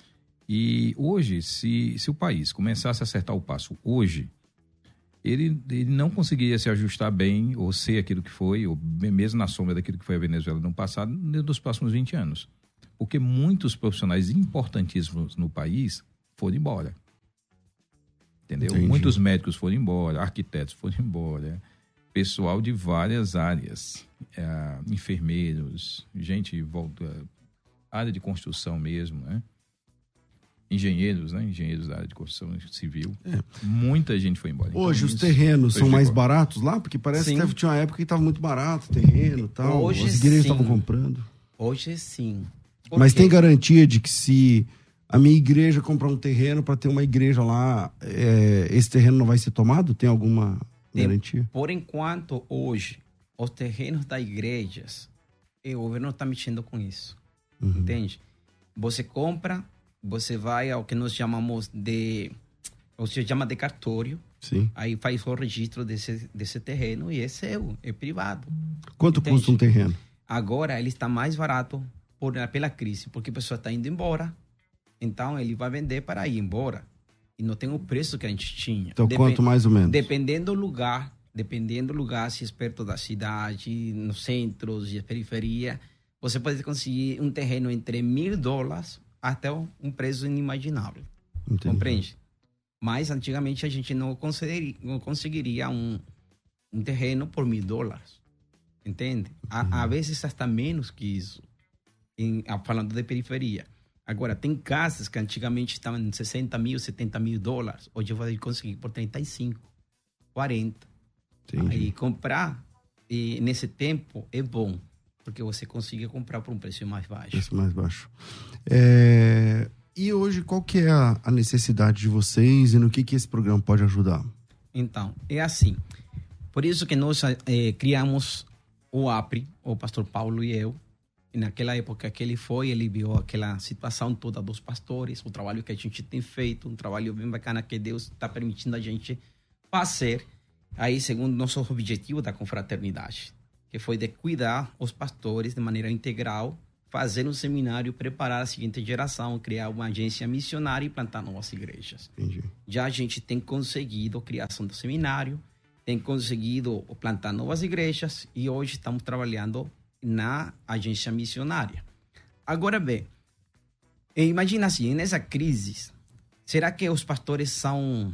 E hoje, se o país começasse a acertar o passo hoje, ele não conseguiria se ajustar bem ou ser aquilo que foi, ou mesmo na sombra daquilo que foi a Venezuela no passado, nos próximos 20 anos. Porque muitos profissionais importantíssimos no país foram embora. Entendeu? Entendi. Muitos médicos foram embora, arquitetos foram embora, pessoal de várias áreas, enfermeiros, gente volta, área de construção mesmo, né? Engenheiros, né? Engenheiros da área de construção civil. Muita gente foi embora. Hoje então, os terrenos são mais prejudicou. baratos lá? Porque parece Sim. que tinha uma época que estava muito barato o terreno e tal. Hoje, as igrejas sim. estavam comprando. Hoje, sim. Por Mas quê? tem garantia de que se a minha igreja comprar um terreno para ter uma igreja lá, esse terreno não vai ser tomado? Tem alguma garantia? Por enquanto, hoje, os terrenos das igrejas, o governo está mexendo com isso. Entende? Você compra, você vai ao que nós chamamos de... Você chama de cartório. Sim. Aí faz o registro desse terreno e é seu, é privado. Quanto Entende? custa um terreno? Agora ele está mais barato pela crise, porque a pessoa está indo embora. Então ele vai vender para ir embora. E não tem o preço que a gente tinha. Então quanto mais ou menos? Dependendo do lugar, se é perto da cidade, nos centros e periferia, você pode conseguir um terreno entre $1.000 até um preço inimaginável. Entendi. Compreende? Mas antigamente a gente não conseguiria um terreno por $1.000. Entende? Às vezes até menos que isso, falando de periferia. Agora, tem casas que antigamente estavam em $60 mil, $70 mil. Hoje eu vou conseguir por 35, 40. Entendi. Aí comprar nesse tempo é bom, porque você consegue comprar por um preço mais baixo. Preço mais baixo. E hoje, qual que é a necessidade de vocês e no que esse programa pode ajudar? Então, é assim. Por isso que nós criamos o APRE, o pastor Paulo e eu. E naquela época que ele viu aquela situação toda dos pastores, o trabalho que a gente tem feito, um trabalho bem bacana que Deus está permitindo a gente fazer, aí segundo nosso objetivo da confraternidade, que foi de cuidar os pastores de maneira integral, fazer um seminário, preparar a seguinte geração, criar uma agência missionária e plantar novas igrejas. Entendi. Já a gente tem conseguido a criação do seminário, tem conseguido plantar novas igrejas e hoje estamos trabalhando na agência missionária. Agora, bem, imagina assim, nessa crise, será que os pastores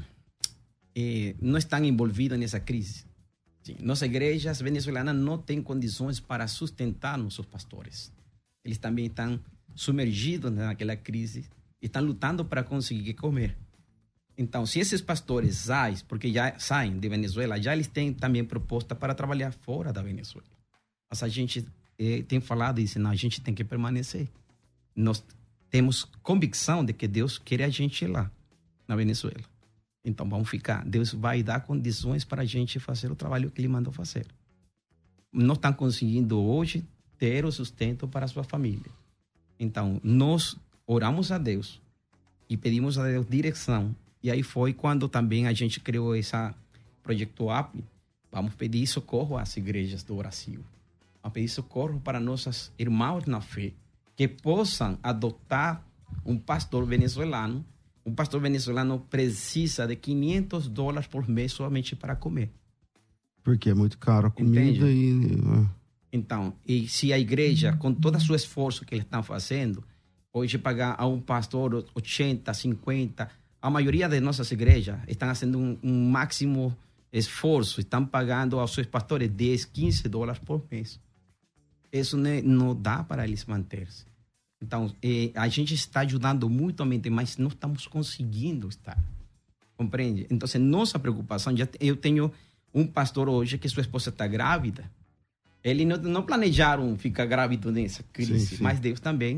não estão envolvidos nessa crise? Sim, nossas igrejas venezuelanas não têm condições para sustentar nossos pastores. Eles também estão submergidos naquela crise e estão lutando para conseguir comer. Então, se esses pastores saem, porque já saem de Venezuela, já eles têm também proposta para trabalhar fora da Venezuela. Mas a gente tem falado isso, não, a gente tem que permanecer. Nós temos convicção de que Deus quer a gente lá, na Venezuela. Então, vamos ficar. Deus vai dar condições para a gente fazer o trabalho que Ele mandou fazer. Não estão conseguindo hoje ter o sustento para a sua família. Então, nós oramos a Deus e pedimos a Deus direção. E aí foi quando também a gente criou esse projeto APRE. Vamos pedir socorro às igrejas do Brasil. Vamos pedir socorro para nossos irmãos na fé, que possam adotar um pastor venezuelano. Um pastor venezuelano precisa de $500 por mês somente para comer. Porque é muito caro a comida. Entende? Então, e se a igreja, com todo o seu esforço que eles estão fazendo, hoje pagar a um pastor 80, 50, a maioria das nossas igrejas estão fazendo um máximo esforço, estão pagando aos seus pastores $10, $15 por mês. Isso não dá para eles manter-se. Então, a gente está ajudando mutuamente, mas não estamos conseguindo estar. Compreende? Então, nossa preocupação, eu tenho um pastor hoje que sua esposa está grávida. Eles não planejaram ficar grávido nessa crise, sim. mas Deus também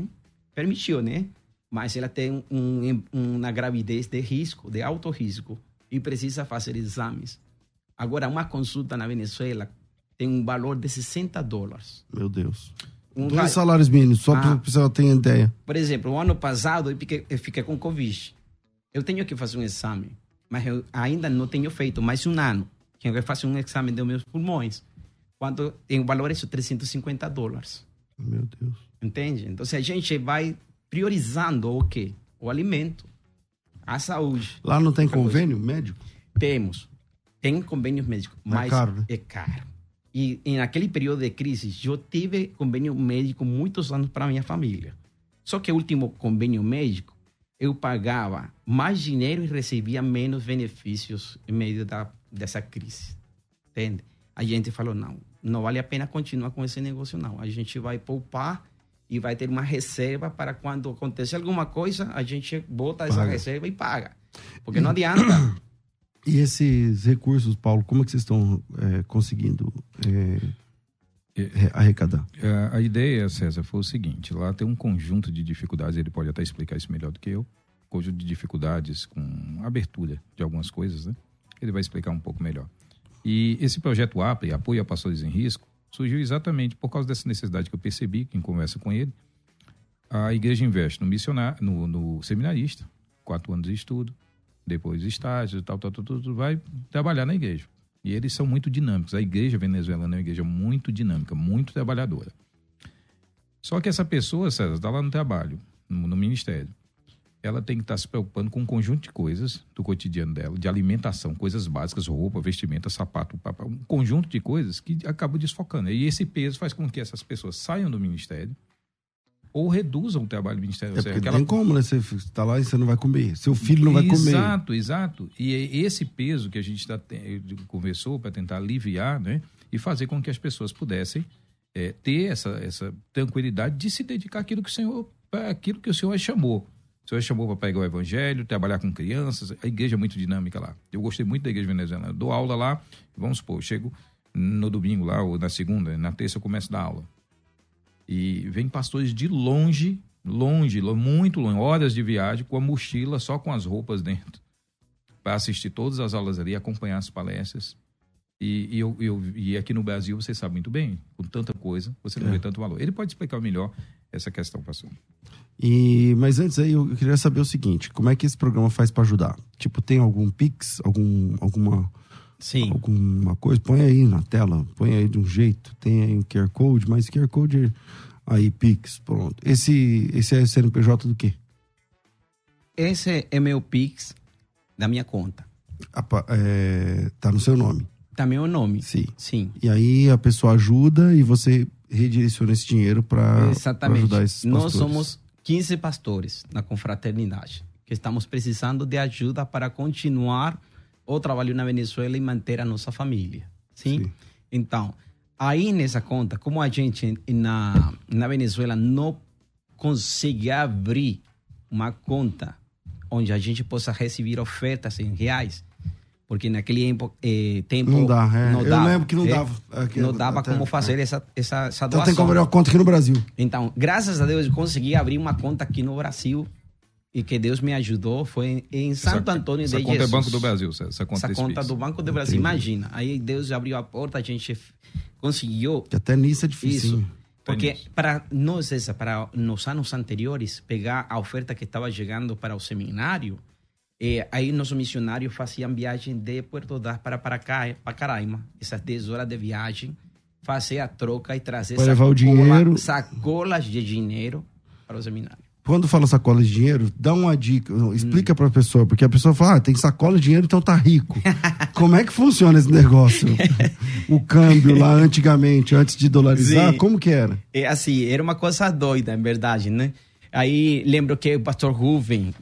permitiu, né? Mas ela tem uma gravidez de risco, de alto risco, e precisa fazer exames. Agora, uma consulta na Venezuela tem um valor de $60. Meu Deus. 2 salários mínimos, só para o pessoal ter ideia. Por exemplo, o ano passado eu fiquei com Covid. Eu tenho que fazer um exame, mas eu ainda não tenho feito mais um ano. Tenho que fazer um exame dos meus pulmões. Quando tem o valor é $350. Meu Deus. Entende? Então, a gente vai priorizando o quê? O alimento, a saúde. Lá não tem convênio médico? Temos. Tem convênio médico, mas é caro, né? É caro. E naquele período de crise, eu tive convênio médico muitos anos para minha família. Só que o último convênio médico, eu pagava mais dinheiro e recebia menos benefícios em meio dessa crise. Entende? A gente falou, não vale a pena continuar com esse negócio, não. A gente vai poupar e vai ter uma reserva para quando acontecer alguma coisa, a gente bota essa reserva e paga. Porque não adianta... E esses recursos, Paulo, como é que vocês estão conseguindo arrecadar? A ideia, César, foi o seguinte: lá tem um conjunto de dificuldades, ele pode até explicar isso melhor do que eu, conjunto de dificuldades com abertura de algumas coisas, né? Ele vai explicar um pouco melhor. E esse projeto APRE, Apoio a Pastores em Risco, surgiu exatamente por causa dessa necessidade que eu percebi, quem conversa com ele. A igreja investe no seminarista, 4 anos de estudo, depois estágio, tudo, vai trabalhar na igreja. E eles são muito dinâmicos. A igreja venezuelana é uma igreja muito dinâmica, muito trabalhadora. Só que essa pessoa, César, está lá no trabalho, no ministério. Ela tem que estar se preocupando com um conjunto de coisas do cotidiano dela, de alimentação, coisas básicas, roupa, vestimenta, sapato, um conjunto de coisas que acabam desfocando. E esse peso faz com que essas pessoas saiam do ministério ou reduzam o trabalho do ministério. Porque não tem como, né? Você está lá e você não vai comer. Seu filho não vai comer. Exato. E é esse peso que a gente conversou para tentar aliviar, né? E fazer com que as pessoas pudessem ter essa tranquilidade de se dedicar àquilo que o Senhor chamou. O Senhor chamou para pregar o evangelho, trabalhar com crianças. A igreja é muito dinâmica lá. Eu gostei muito da igreja venezuelana. Eu dou aula lá, vamos supor, eu chego no domingo lá, ou na segunda, na terça eu começo a dar aula. E vem pastores de longe, muito longe, horas de viagem, com a mochila, só com as roupas dentro, para assistir todas as aulas ali, acompanhar as palestras. E aqui no Brasil, você sabe muito bem, com tanta coisa, você não vê tanto valor. Ele pode explicar melhor essa questão, pastor. Mas antes aí, eu queria saber o seguinte, como é que esse programa faz para ajudar? Tipo, tem algum Pix, alguma coisa? Põe aí na tela, põe aí de um jeito, tem aí um QR Code, mas QR Code aí, Pix, pronto. Esse é CNPJ do quê? Esse é meu Pix da minha conta. Tá no seu nome? Tá meu nome. Sim. E aí a pessoa ajuda e você redireciona esse dinheiro para ajudar esses pastores. Nós somos 15 pastores na confraternidade que estamos precisando de ajuda para continuar o trabalho na Venezuela e manter a nossa família. Sim? Então, aí nessa conta, como a gente na Venezuela não consegue abrir uma conta onde a gente possa receber ofertas em reais, porque naquele tempo não dá, eu lembro que não dava. Não dava como fazer essa doação. Então tem como abrir uma conta aqui no Brasil. Então, graças a Deus, eu consegui abrir uma conta aqui no Brasil e que Deus me ajudou, foi em Santo Antônio de Jesus. Essa conta é Banco do Brasil, essa conta do Banco do Brasil, imagina. Aí Deus abriu a porta, a gente conseguiu. Que até nisso é difícil. Isso. Porque para nos anos anteriores, pegar a oferta que estava chegando para o seminário, aí nossos missionários faziam viagem de Puerto Das para Pacaraima, essas 10 horas de viagem, fazer a troca e trazer sacolas de dinheiro para o seminário. Quando fala sacola de dinheiro, dá uma dica, explica para a pessoa, porque a pessoa fala, tem sacola de dinheiro, então tá rico. Como é que funciona esse negócio? O câmbio lá antigamente, antes de dolarizar, como que era? Assim, era uma coisa doida, em verdade, né? Aí lembro que o pastor Rubem,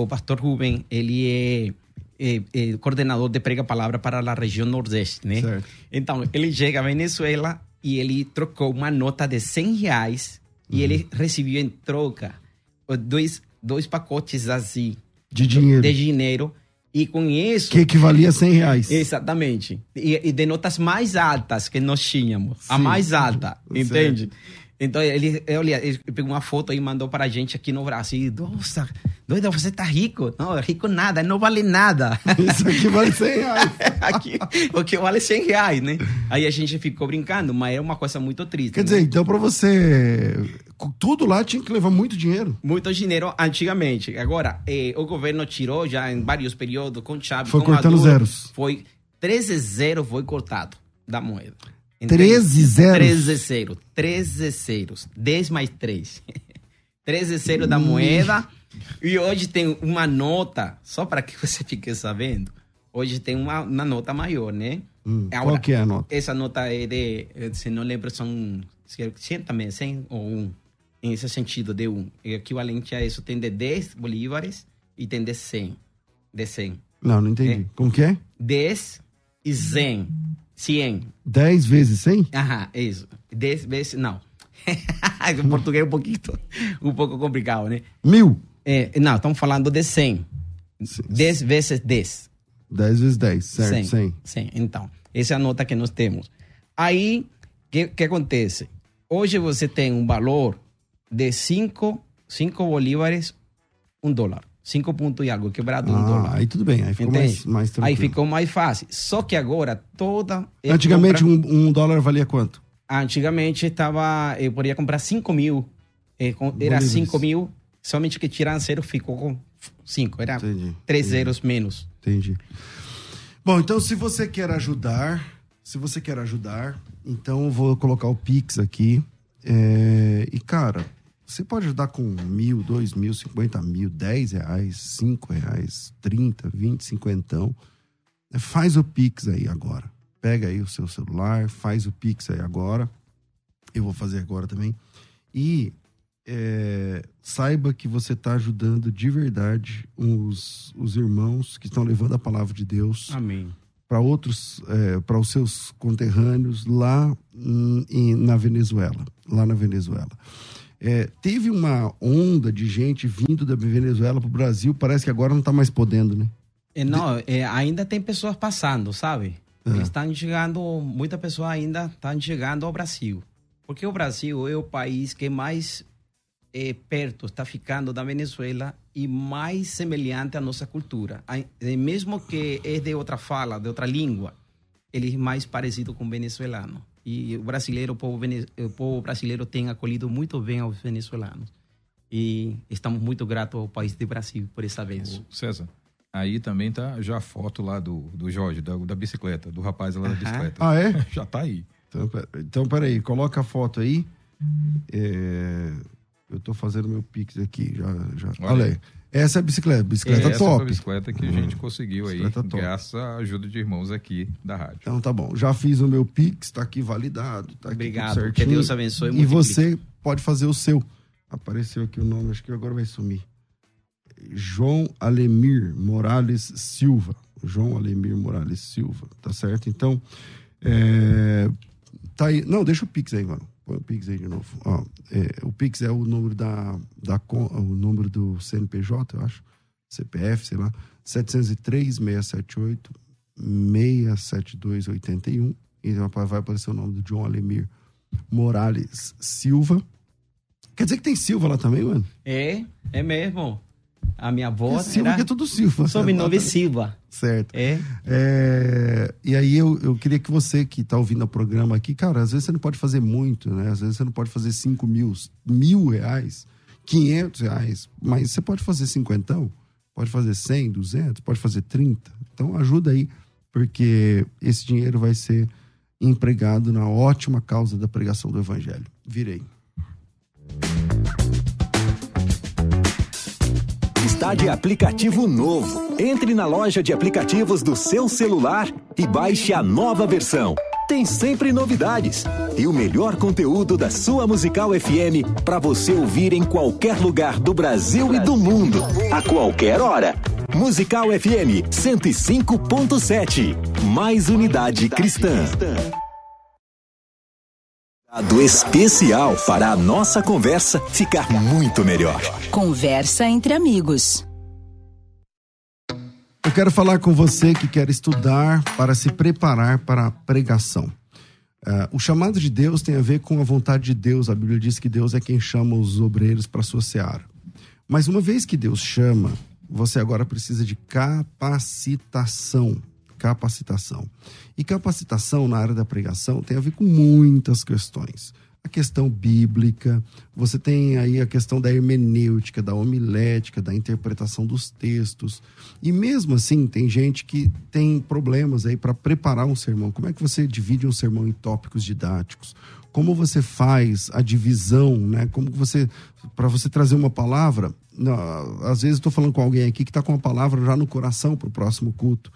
ele é coordenador de Prega Palavra para a região Nordeste, né? Certo. Então, ele chega à Venezuela e ele trocou uma nota de R$100 e ele recebeu em troca dois pacotes assim de dinheiro e com isso que equivalia a R$100. Exatamente, e de notas mais altas que nós tínhamos. Sim. A mais alta, entende? Então, ele pegou uma foto e mandou para a gente aqui no Brasil. Nossa, doida, você tá rico. Não, rico nada, não vale nada. Isso aqui vale 100 reais. Aqui, o que vale 100 reais, né? Aí a gente ficou brincando, mas é uma coisa muito triste. Quer dizer, então para você... Tudo lá tinha que levar muito dinheiro. Muito dinheiro antigamente. Agora, o governo tirou já em vários períodos com chave. Foi com cortando Maduro, zeros. Foi 13 zeros foi cortado da moeda. 13 zeros? 13 zeros. 13 zeros. 10 mais 3. 13 zeros da moeda. E hoje tem uma nota, só para que você fique sabendo, hoje tem uma nota maior, né? Agora, qual que é a nota? Essa nota é de, se não lembro, são 100 também, 100 ou 1. Em esse sentido, de 1. Equivalente a isso, tem de 10 bolívares e tem de 100. De 100. Não entendi. Como que é? 10 e 100. 100. 10 vezes 100? Aham, isso. 10 vezes, não. O português é um pouco complicado, né? 1000? Não, estamos falando de 100. 10 vezes 10. 10 vezes 10, certo? 100. Então, essa é a nota que nós temos. Aí, o que acontece? Hoje você tem um valor de 5 bolívares, $1. 5 ponto e algo, quebrado $1. Aí tudo bem, aí ficou mais tranquilo. Aí ficou mais fácil. Só que agora toda... Antigamente $1 valia quanto? Antigamente eu podia comprar 5 mil. Era 5 mil, somente que tiraram zero, ficou com 5. Era 3 zeros menos. Entendi. Bom, então se você quer ajudar, então eu vou colocar o Pix aqui. E, cara, você pode ajudar com 1.000, 2.000, 50.000, 10 reais, 5 reais, 30, 20, 50. Faz o Pix aí agora. Pega aí o seu celular, faz o Pix aí agora. Eu vou fazer agora também. E saiba que você está ajudando de verdade os irmãos que estão levando a palavra de Deus. Amém. Para outros, para os seus conterrâneos lá na Venezuela. Teve uma onda de gente vindo da Venezuela para o Brasil, parece que agora não está mais podendo, né? Não, ainda tem pessoas passando, sabe? Estão chegando, muita pessoa ainda está chegando ao Brasil. Porque o Brasil é o país que mais perto está ficando da Venezuela e mais semelhante à nossa cultura. Mesmo que é de outra fala, de outra língua, ele é mais parecido com o venezuelano. E o povo brasileiro tem acolhido muito bem aos venezuelanos. E estamos muito gratos ao país do Brasil por essa bênção. César, aí também tá já a foto lá do Jorge, da bicicleta, do rapaz lá da bicicleta. Ah, é? Já tá aí. Então, peraí, coloca a foto aí. Eu tô fazendo meu Pix aqui, já. Olha aí. Essa é a bicicleta top. Essa foi a bicicleta que a gente conseguiu aí, graças à ajuda de irmãos aqui da rádio. Então tá bom, já fiz o meu Pix, tá aqui validado, tá aqui. Obrigado, que Deus abençoe. E você pode fazer o seu. Apareceu aqui o nome, acho que agora vai sumir. João Alemir Morales Silva. João Alemir Morales Silva, tá certo? Então, tá aí. Não, deixa o Pix aí, mano. Põe o Pix aí de novo. Ó, o Pix é o número o número do CNPJ, eu acho. CPF, sei lá. 703-678-67281. E vai aparecer o nome do João Alemir Morales Silva. Quer dizer que tem Silva lá também, mano? É mesmo. A minha avó Silva, que é tudo Silva. Sobrenome Silva. Certo. E aí eu queria que você que tá ouvindo o programa aqui, cara, às vezes você não pode fazer muito, né? Às vezes você não pode fazer 5 mil, R$1.000, R$500, mas você pode fazer 50, pode fazer 100, 200, pode fazer 30. Então ajuda aí, porque esse dinheiro vai ser empregado na ótima causa da pregação do Evangelho. Virei. Está de aplicativo novo. Entre na loja de aplicativos do seu celular e baixe a nova versão. Tem sempre novidades e o melhor conteúdo da sua Musical FM para você ouvir em qualquer lugar do Brasil e do mundo, a qualquer hora. Musical FM 105.7. Mais unidade cristã. Especial para a nossa conversa ficar muito melhor. Conversa entre amigos. Eu quero falar com você que quer estudar para se preparar para a pregação. O chamado de Deus tem a ver com a vontade de Deus. A Bíblia diz que Deus é quem chama os obreiros para a sua seara. Mas uma vez que Deus chama, você agora precisa de capacitação. E capacitação na área da pregação tem a ver com muitas questões. A questão bíblica, você tem aí a questão da hermenêutica, da homilética, da interpretação dos textos. E mesmo assim, tem gente que tem problemas aí para preparar um sermão. Como é que você divide um sermão em tópicos didáticos? Como você faz a divisão, né? Como você, para você trazer uma palavra, às vezes eu estou falando com alguém aqui que está com a palavra já no coração para o próximo culto.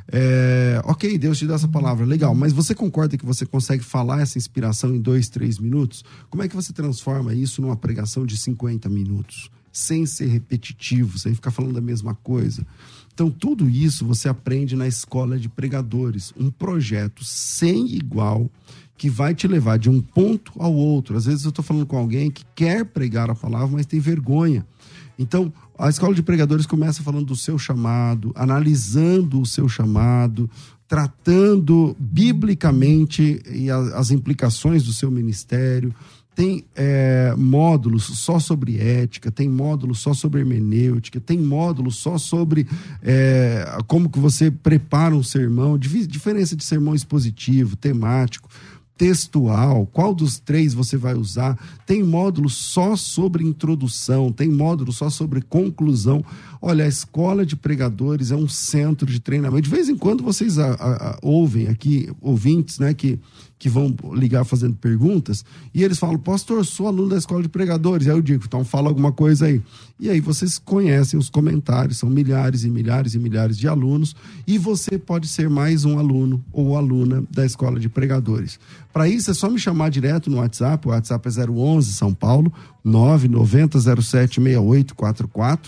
Ok, Deus te dá essa palavra, legal, mas você concorda que você consegue falar essa inspiração em 2, 3 minutos? Como é que você transforma isso numa pregação de 50 minutos? Sem ser repetitivo, sem ficar falando da mesma coisa. Então, tudo isso você aprende na Escola de Pregadores, um projeto sem igual que vai te levar de um ponto ao outro. Às vezes eu estou falando com alguém que quer pregar a palavra, mas tem vergonha. Então, a Escola de Pregadores começa falando do seu chamado, analisando o seu chamado, tratando biblicamente e as implicações do seu ministério. Tem módulos só sobre ética, tem módulos só sobre hermenêutica, tem módulos só sobre como que você prepara um sermão, diferença de sermão expositivo, temático, textual, qual dos 3 você vai usar. Tem módulo só sobre introdução, tem módulo só sobre conclusão. Olha, a Escola de Pregadores é um centro de treinamento. De vez em quando vocês ouvem aqui, ouvintes, né, que vão ligar fazendo perguntas, e eles falam, pastor, sou aluno da Escola de Pregadores. Aí eu digo, então fala alguma coisa aí. E aí vocês conhecem os comentários, são milhares e milhares e milhares de alunos, e você pode ser mais um aluno ou aluna da Escola de Pregadores. Para isso é só me chamar direto no WhatsApp, o WhatsApp é 011 São Paulo, 990076844,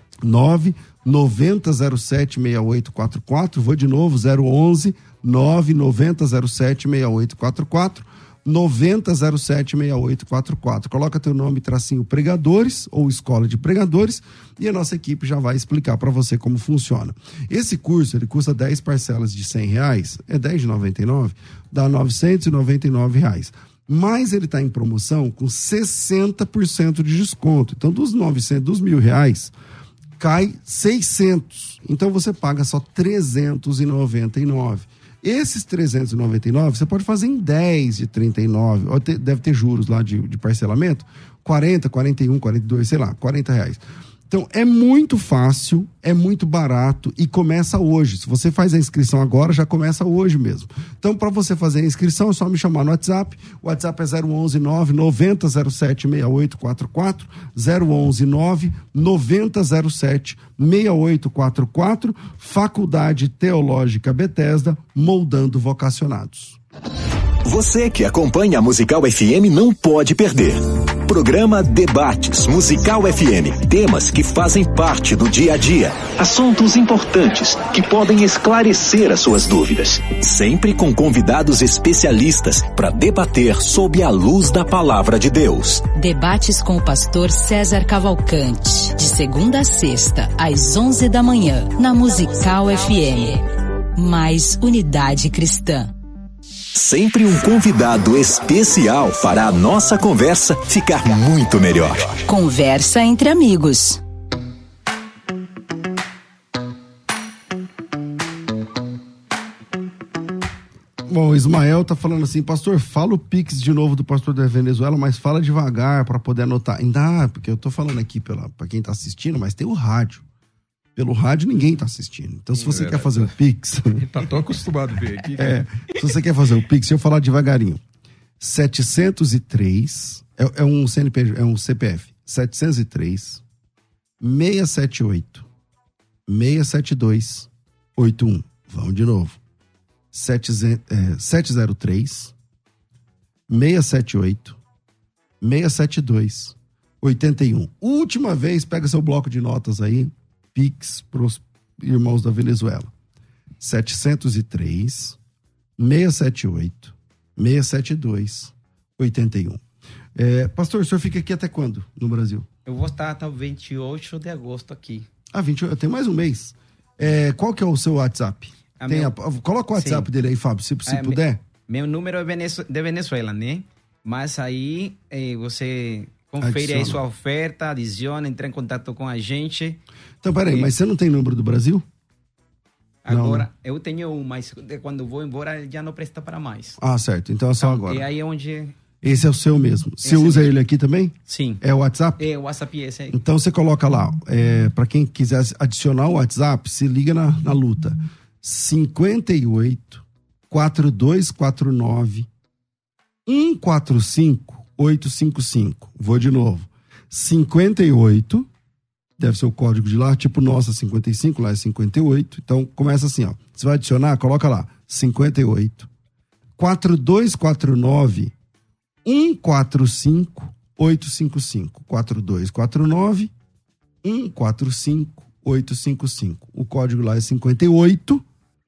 990076844, vou de novo, 011 990076844, 90076844. Coloca teu nome, tracinho Pregadores ou Escola de Pregadores, e a nossa equipe já vai explicar para você como funciona. Esse curso, ele custa 10 parcelas de R$100, é R$10,99, dá R$999. Mas ele está em promoção com 60% de desconto. Então, dos R$900, cai 600. Então, você paga só 399. Esses 399, você pode fazer em 10 de 39, deve ter juros lá de parcelamento, 40, 41, 42, sei lá, R$40. Então, é muito fácil, é muito barato e começa hoje. Se você faz a inscrição agora, já começa hoje mesmo. Então, para você fazer a inscrição, é só me chamar no WhatsApp. O WhatsApp é 011 99007 6844, 011 99007 6844, Faculdade Teológica Bethesda, moldando vocacionados. Você que acompanha a Musical FM não pode perder. Programa Debates Musical FM. Temas que fazem parte do dia a dia. Assuntos importantes que podem esclarecer as suas dúvidas. Sempre com convidados especialistas para debater sob a luz da palavra de Deus. Debates com o pastor César Cavalcante. De segunda a sexta, às 11 da manhã, na Musical FM. Mais unidade cristã. Sempre um convidado especial para a nossa conversa ficar muito melhor. Conversa entre amigos. Bom, o Ismael tá falando assim, pastor, fala o Pix de novo do pastor da Venezuela, mas fala devagar para poder anotar. Ainda, porque eu tô falando aqui para quem tá assistindo, mas tem o rádio. Pelo rádio ninguém tá assistindo. Então, se você quer fazer o Pix... Tá tão acostumado a ver aqui. Se você quer fazer o Pix, eu falar devagarinho. 703, é um CNPJ, é um CPF. 703 678 672 81. Vamos de novo. 703 678 672 81. Última vez, pega seu bloco de notas aí. Pix pros irmãos da Venezuela. 703 678 672 81. Pastor, o senhor fica aqui até quando no Brasil? Eu vou estar até o 28 de agosto aqui. 28, tem mais um mês. Qual que é o seu WhatsApp? Coloca o WhatsApp dele aí, Fábio, se puder. Meu número é de Venezuela, né? Mas aí você confere aí sua oferta, adiciona, entra em contato com a gente. Então, peraí, mas você não tem número do Brasil? Agora, não. Eu tenho um, mas quando vou embora já não presta para mais. Ah, certo. Então é só agora. E aí é onde... Esse é o seu mesmo. Você usa ele aqui também? Sim. É o WhatsApp? É o WhatsApp esse aí. Então você coloca lá, para quem quiser adicionar o WhatsApp, se liga na luta. 58 4249 145 855. Vou de novo. 58, deve ser o código de lá, tipo nossa 55, lá é 58. Então começa assim, ó. Você vai adicionar, coloca lá, 58 4249 145 855. 4249 145 855. O código lá é 58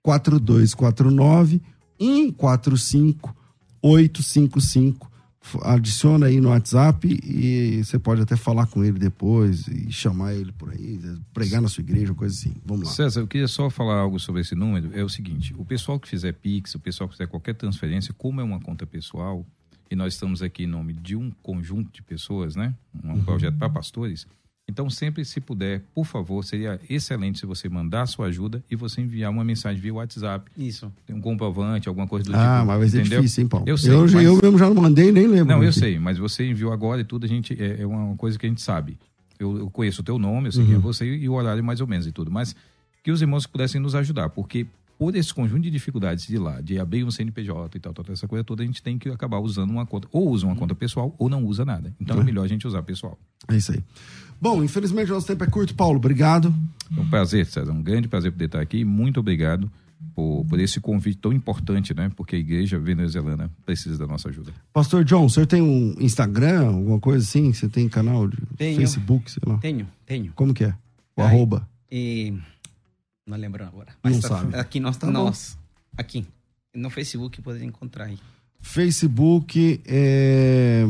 4249 145 855. Adiciona aí no WhatsApp e você pode até falar com ele depois e chamar ele por aí, pregar na sua igreja, coisa assim. Vamos lá. César, eu queria só falar algo sobre esse número. É o seguinte, o pessoal que fizer Pix, o pessoal que fizer qualquer transferência, como é uma conta pessoal, e nós estamos aqui em nome de um conjunto de pessoas, né? Um projeto para pastores. Então, sempre, se puder, por favor, seria excelente se você mandar a sua ajuda e você enviar uma mensagem via WhatsApp. Isso. Tem um comprovante, alguma coisa do tipo. Ah, mas vai ser entendeu? difícil, hein, Paulo? Eu sei. Eu mesmo já não mandei, nem lembro. Não, eu sei, mas você enviou agora e tudo, a gente, é uma coisa que a gente sabe. Eu conheço o teu nome, eu sei quem é você e o horário mais ou menos e tudo. Mas que os irmãos pudessem nos ajudar, porque por esse conjunto de dificuldades de lá, de abrir um CNPJ e tal, essa coisa toda, a gente tem que acabar usando uma conta. Ou usa uma conta pessoal ou não usa nada. Então é melhor a gente usar pessoal. É isso aí. Bom, infelizmente o nosso tempo é curto, Paulo. Obrigado. É um prazer, César. Um grande prazer poder estar aqui. Muito obrigado por esse convite tão importante, né? Porque a igreja venezuelana precisa da nossa ajuda. Pastor John, o senhor tem um Instagram, alguma coisa assim? Você tem canal de Facebook, sei lá? Tenho. Como que é? O arroba? Não lembro agora. Mas não sabe. Aqui aqui no Facebook pode encontrar aí. Facebook é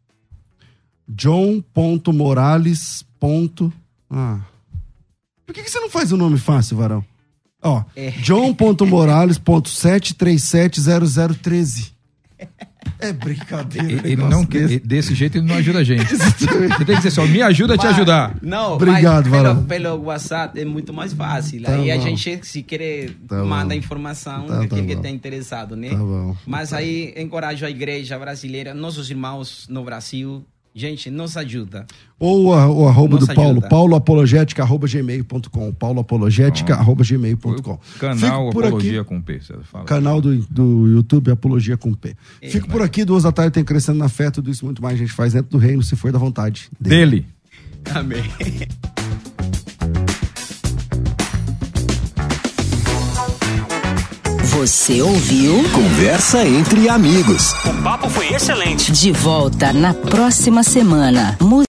John.Morales. Por que você não faz o nome fácil, Varão? Ó, John.Morales.7370013. É brincadeira. Desse jeito ele não ajuda a gente. Você tem que dizer só, me ajuda a te ajudar. Não, obrigado, mas pelo WhatsApp é muito mais fácil. Tá aí bom. a gente, se querer, manda informação daquele que está interessado, né? Tá bom. Mas aí encorajo a igreja brasileira, nossos irmãos no Brasil. Gente, nos ajuda. Ou o arroba do Paulo, ajuda. pauloapologética@gmail.com, pauloapologética@gmail.com. Canal Apologia com P, você fala. Canal do YouTube Apologia com P. Fico por aqui, 14h tem Crescendo na Fé, tudo isso muito mais a gente faz dentro do reino, se for da vontade dele. Amém. Você ouviu? Conversa entre amigos. O papo foi excelente. De volta na próxima semana.